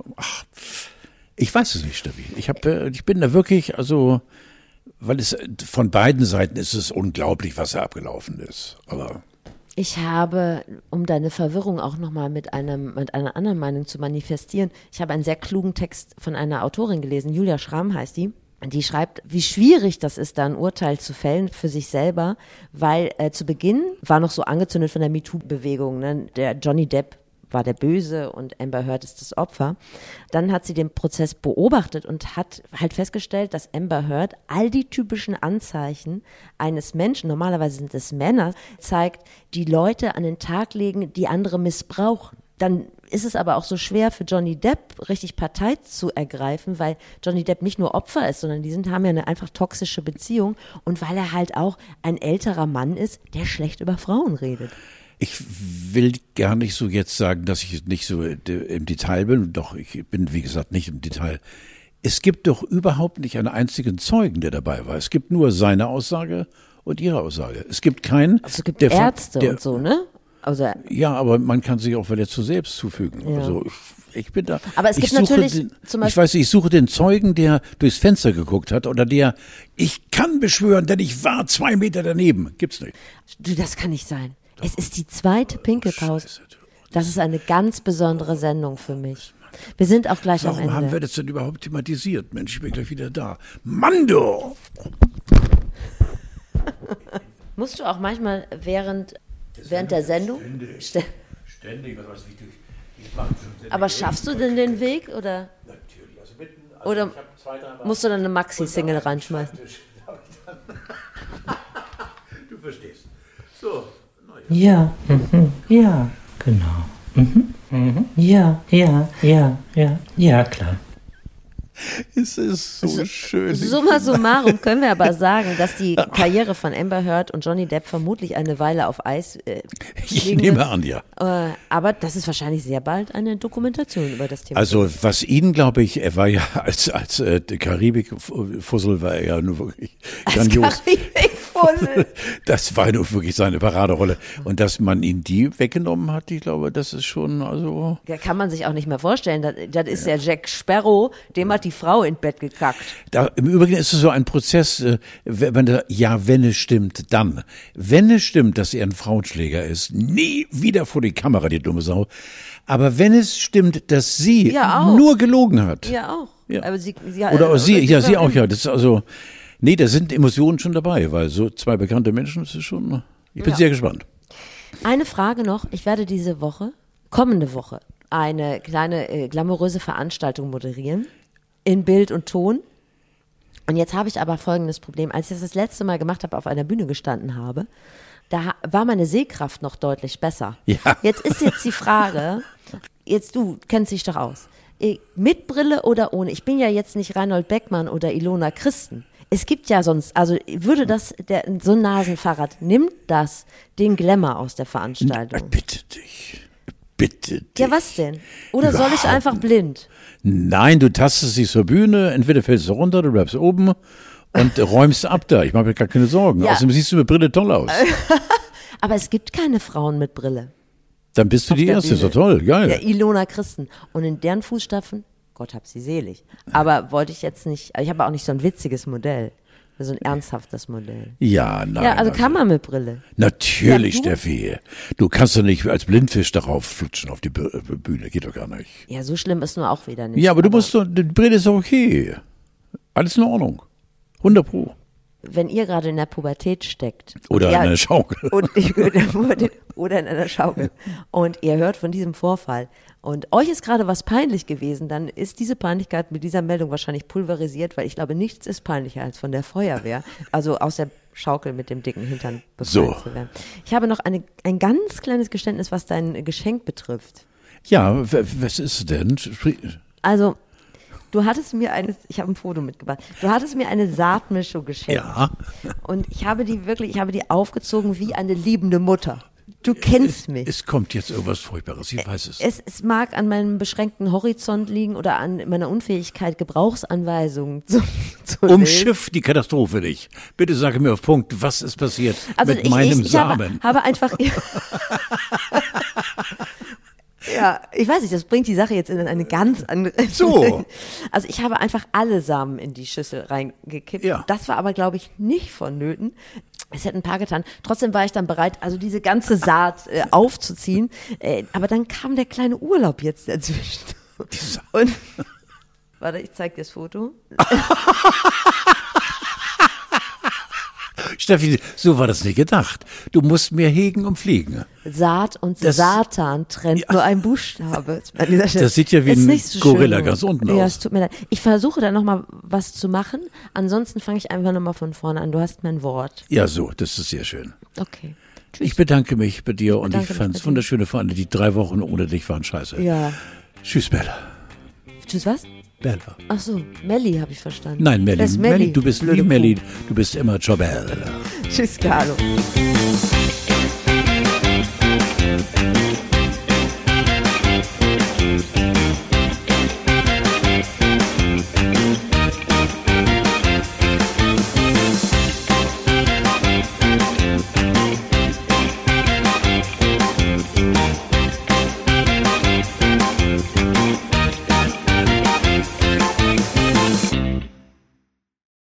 Speaker 1: Ich weiß es nicht, Steffi. Ich bin da wirklich, also, weil es von beiden Seiten ist es unglaublich, was da abgelaufen ist. Aber
Speaker 2: ich habe, um deine Verwirrung auch nochmal mit einer anderen Meinung zu manifestieren, ich habe einen sehr klugen Text von einer Autorin gelesen, Julia Schramm heißt die. Die schreibt, wie schwierig das ist, da ein Urteil zu fällen für sich selber, weil zu Beginn war noch so angezündet von der MeToo-Bewegung, ne? Der Johnny Depp war der Böse und Amber Heard ist das Opfer. Dann hat sie den Prozess beobachtet und hat halt festgestellt, dass Amber Heard all die typischen Anzeichen eines Menschen, normalerweise sind es Männer, zeigt, die Leute an den Tag legen, die andere missbrauchen. Dann ist es aber auch so schwer für Johnny Depp, richtig Partei zu ergreifen, weil Johnny Depp nicht nur Opfer ist, sondern haben ja eine einfach toxische Beziehung und weil er halt auch ein älterer Mann ist, der schlecht über Frauen redet.
Speaker 1: ich will gar nicht so jetzt sagen, dass ich nicht so im Detail bin. Doch, ich bin, wie gesagt, nicht im Detail. Es gibt doch überhaupt nicht einen einzigen Zeugen, der dabei war. Es gibt nur seine Aussage und ihre Aussage. Es gibt keinen.
Speaker 2: Also es gibt Ärzte und so, ne? Also,
Speaker 1: ja, aber man kann sich auch Verletzung selbst zufügen. Ja. Also ich bin da.
Speaker 2: Aber es gibt natürlich zum Beispiel.
Speaker 1: Ich suche den Zeugen, der durchs Fenster geguckt hat oder ich kann beschwören, denn ich war 2 Meter daneben. Gibt's nicht.
Speaker 2: Du, das kann nicht sein. Es ist die zweite Pinkelpause. Das ist eine ganz besondere Sendung für mich. Wir sind auch gleich am Ende.
Speaker 1: Warum haben wir das denn überhaupt thematisiert? Mensch, ich bin gleich wieder da. Mando!
Speaker 2: Musst du auch manchmal während der Sendung?
Speaker 1: Ständig, was weiß ich.
Speaker 2: Aber schaffst du denn den Weg? Oder?
Speaker 1: Natürlich.
Speaker 2: Oder musst du dann eine Maxi-Single reinschmeißen?
Speaker 1: Du verstehst. So.
Speaker 3: Ja, ja, genau. Ja, klar.
Speaker 1: Es ist so schön.
Speaker 2: Summa summarum können wir aber sagen, dass die Karriere von Amber Heard und Johnny Depp vermutlich eine Weile auf Eis
Speaker 1: ich nehme an, ja.
Speaker 2: Aber das ist wahrscheinlich sehr bald eine Dokumentation über das Thema.
Speaker 1: Also was ihn, glaube ich, er war ja als Karibik-Fussel war er ja nur wirklich grandios. Karibik-Fussel. Das war nur wirklich seine Paraderolle. Und dass man ihn die weggenommen hat, ich glaube, das ist schon, also.
Speaker 2: Ja, kann man sich auch nicht mehr vorstellen. Das ist ja Jack Sparrow, dem hat die Frau ins Bett gekackt.
Speaker 1: Im Übrigen ist es so ein Prozess, wenn es stimmt, dann. Wenn es stimmt, dass er ein Frauenschläger ist, nie wieder vor die Kamera, die dumme Sau. Aber wenn es stimmt, dass sie nur gelogen hat.
Speaker 2: Ja, auch.
Speaker 1: Ja.
Speaker 2: Aber sie
Speaker 1: auch, ja. Das ist also, nee, da sind Emotionen schon dabei, weil so 2 bekannte Menschen, das ist schon, ich bin sehr gespannt.
Speaker 2: Eine Frage noch, ich werde kommende Woche, eine kleine glamouröse Veranstaltung moderieren. In Bild und Ton. Und jetzt habe ich aber folgendes Problem. Als ich das letzte Mal gemacht habe, auf einer Bühne gestanden habe, da war meine Sehkraft noch deutlich besser.
Speaker 1: Ja.
Speaker 2: Jetzt ist die Frage, du kennst dich doch aus. Mit Brille oder ohne? Ich bin ja jetzt nicht Reinhold Beckmann oder Ilona Christen. Es gibt ja sonst, also würde so ein Nasenfahrrad, nimmt das den Glamour aus der Veranstaltung?
Speaker 1: Bitte dich. bitte dich.
Speaker 2: Ja, was denn? Oder soll ich
Speaker 1: Überhaupt
Speaker 2: einfach blind?
Speaker 1: Nein, du tastest dich zur Bühne, entweder fällst du runter, du bleibst oben und räumst ab da. Ich mache mir gar keine Sorgen.
Speaker 2: Ja.
Speaker 1: Außerdem siehst du mit Brille toll aus.
Speaker 2: Aber es gibt keine Frauen mit Brille.
Speaker 1: Dann bist du
Speaker 2: Auf
Speaker 1: die
Speaker 2: der
Speaker 1: Erste,
Speaker 2: Bühne.
Speaker 1: ist doch toll, geil.
Speaker 2: Ja, Ilona Christen. Und in deren Fußstapfen, Gott hab sie selig. Aber wollte ich jetzt nicht, ich habe auch nicht so ein witziges Modell. So ein ernsthaftes Modell.
Speaker 1: Ja, nein.
Speaker 2: Ja, also kann man mit Brille.
Speaker 1: Natürlich,
Speaker 2: Ja, du?
Speaker 1: Steffi. Du kannst doch nicht als Blindfisch darauf flutschen auf die Bühne. Geht doch gar nicht.
Speaker 2: Ja, so schlimm ist nur auch wieder nicht.
Speaker 1: Ja, aber du musst doch, die Brille ist doch okay. Alles in Ordnung. 100 Pro.
Speaker 2: Wenn ihr gerade in der Pubertät steckt.
Speaker 1: Oder
Speaker 2: ja,
Speaker 1: in einer Schaukel.
Speaker 2: Oder in einer Schaukel. Und ihr hört von diesem Vorfall. Und euch ist gerade was peinlich gewesen, dann ist diese Peinlichkeit mit dieser Meldung wahrscheinlich pulverisiert, weil ich glaube, nichts ist peinlicher als von der Feuerwehr. Also aus der Schaukel mit dem dicken Hintern befreit zu werden. Ich habe noch ein ganz kleines Geständnis, was dein Geschenk betrifft.
Speaker 1: Ja, was ist es denn?
Speaker 2: Also, du hattest mir ich habe ein Foto mitgebracht. Du hattest mir eine Saatmischung geschenkt.
Speaker 1: Ja.
Speaker 2: Und ich habe die aufgezogen wie eine liebende Mutter. Du kennst mich.
Speaker 1: Es kommt jetzt irgendwas Furchtbares, ich weiß es.
Speaker 2: Es mag an meinem beschränkten Horizont liegen oder an meiner Unfähigkeit, Gebrauchsanweisungen zu lesen.
Speaker 1: Umschiff die Katastrophe nicht. Bitte sage mir auf Punkt, was ist passiert mit meinem Samen?
Speaker 2: Habe einfach... Ja, ich weiß nicht, das bringt die Sache jetzt in eine ganz andere...
Speaker 1: So.
Speaker 2: Also ich habe einfach alle Samen in die Schüssel reingekippt.
Speaker 1: Ja.
Speaker 2: Das war aber, glaube ich, nicht vonnöten. Es hätten ein paar getan. Trotzdem war ich dann bereit, also diese ganze Saat aufzuziehen. Aber dann kam der kleine Urlaub jetzt dazwischen. Und warte, ich zeig dir das Foto.
Speaker 1: Steffi, so war das nicht gedacht. Du musst mehr hegen und fliegen.
Speaker 2: Saat und
Speaker 1: Das-
Speaker 2: Satan trennt nur ein Buchstabe. An dieser Stelle.
Speaker 1: Das sieht ja wie
Speaker 2: Ist
Speaker 1: ein
Speaker 2: nicht so
Speaker 1: Gorilla
Speaker 2: schön.
Speaker 1: ganz unten
Speaker 2: Ja,
Speaker 1: aus.
Speaker 2: es tut mir leid. Ich versuche da nochmal was zu machen. Ansonsten fange ich einfach nochmal von vorne an. Du hast mein Wort.
Speaker 1: Ja, so, das ist sehr schön.
Speaker 2: Okay.
Speaker 1: Ich bedanke mich bei dir und ich
Speaker 2: bedanke mich
Speaker 1: fand
Speaker 2: bei
Speaker 1: es
Speaker 2: dir.
Speaker 1: wunderschöne vor allem die 3 Wochen ohne dich waren scheiße.
Speaker 2: Ja.
Speaker 1: Tschüss, Bella.
Speaker 2: Tschüss, was?
Speaker 1: Bella.
Speaker 2: Ach so, Melli habe ich verstanden.
Speaker 1: Nein, Melli.
Speaker 2: Das ist Melli.
Speaker 1: Du bist
Speaker 2: Blöde
Speaker 1: nie
Speaker 2: Kuh.
Speaker 1: Melli, du bist immer Jobella.
Speaker 2: Tschüss, Carlo.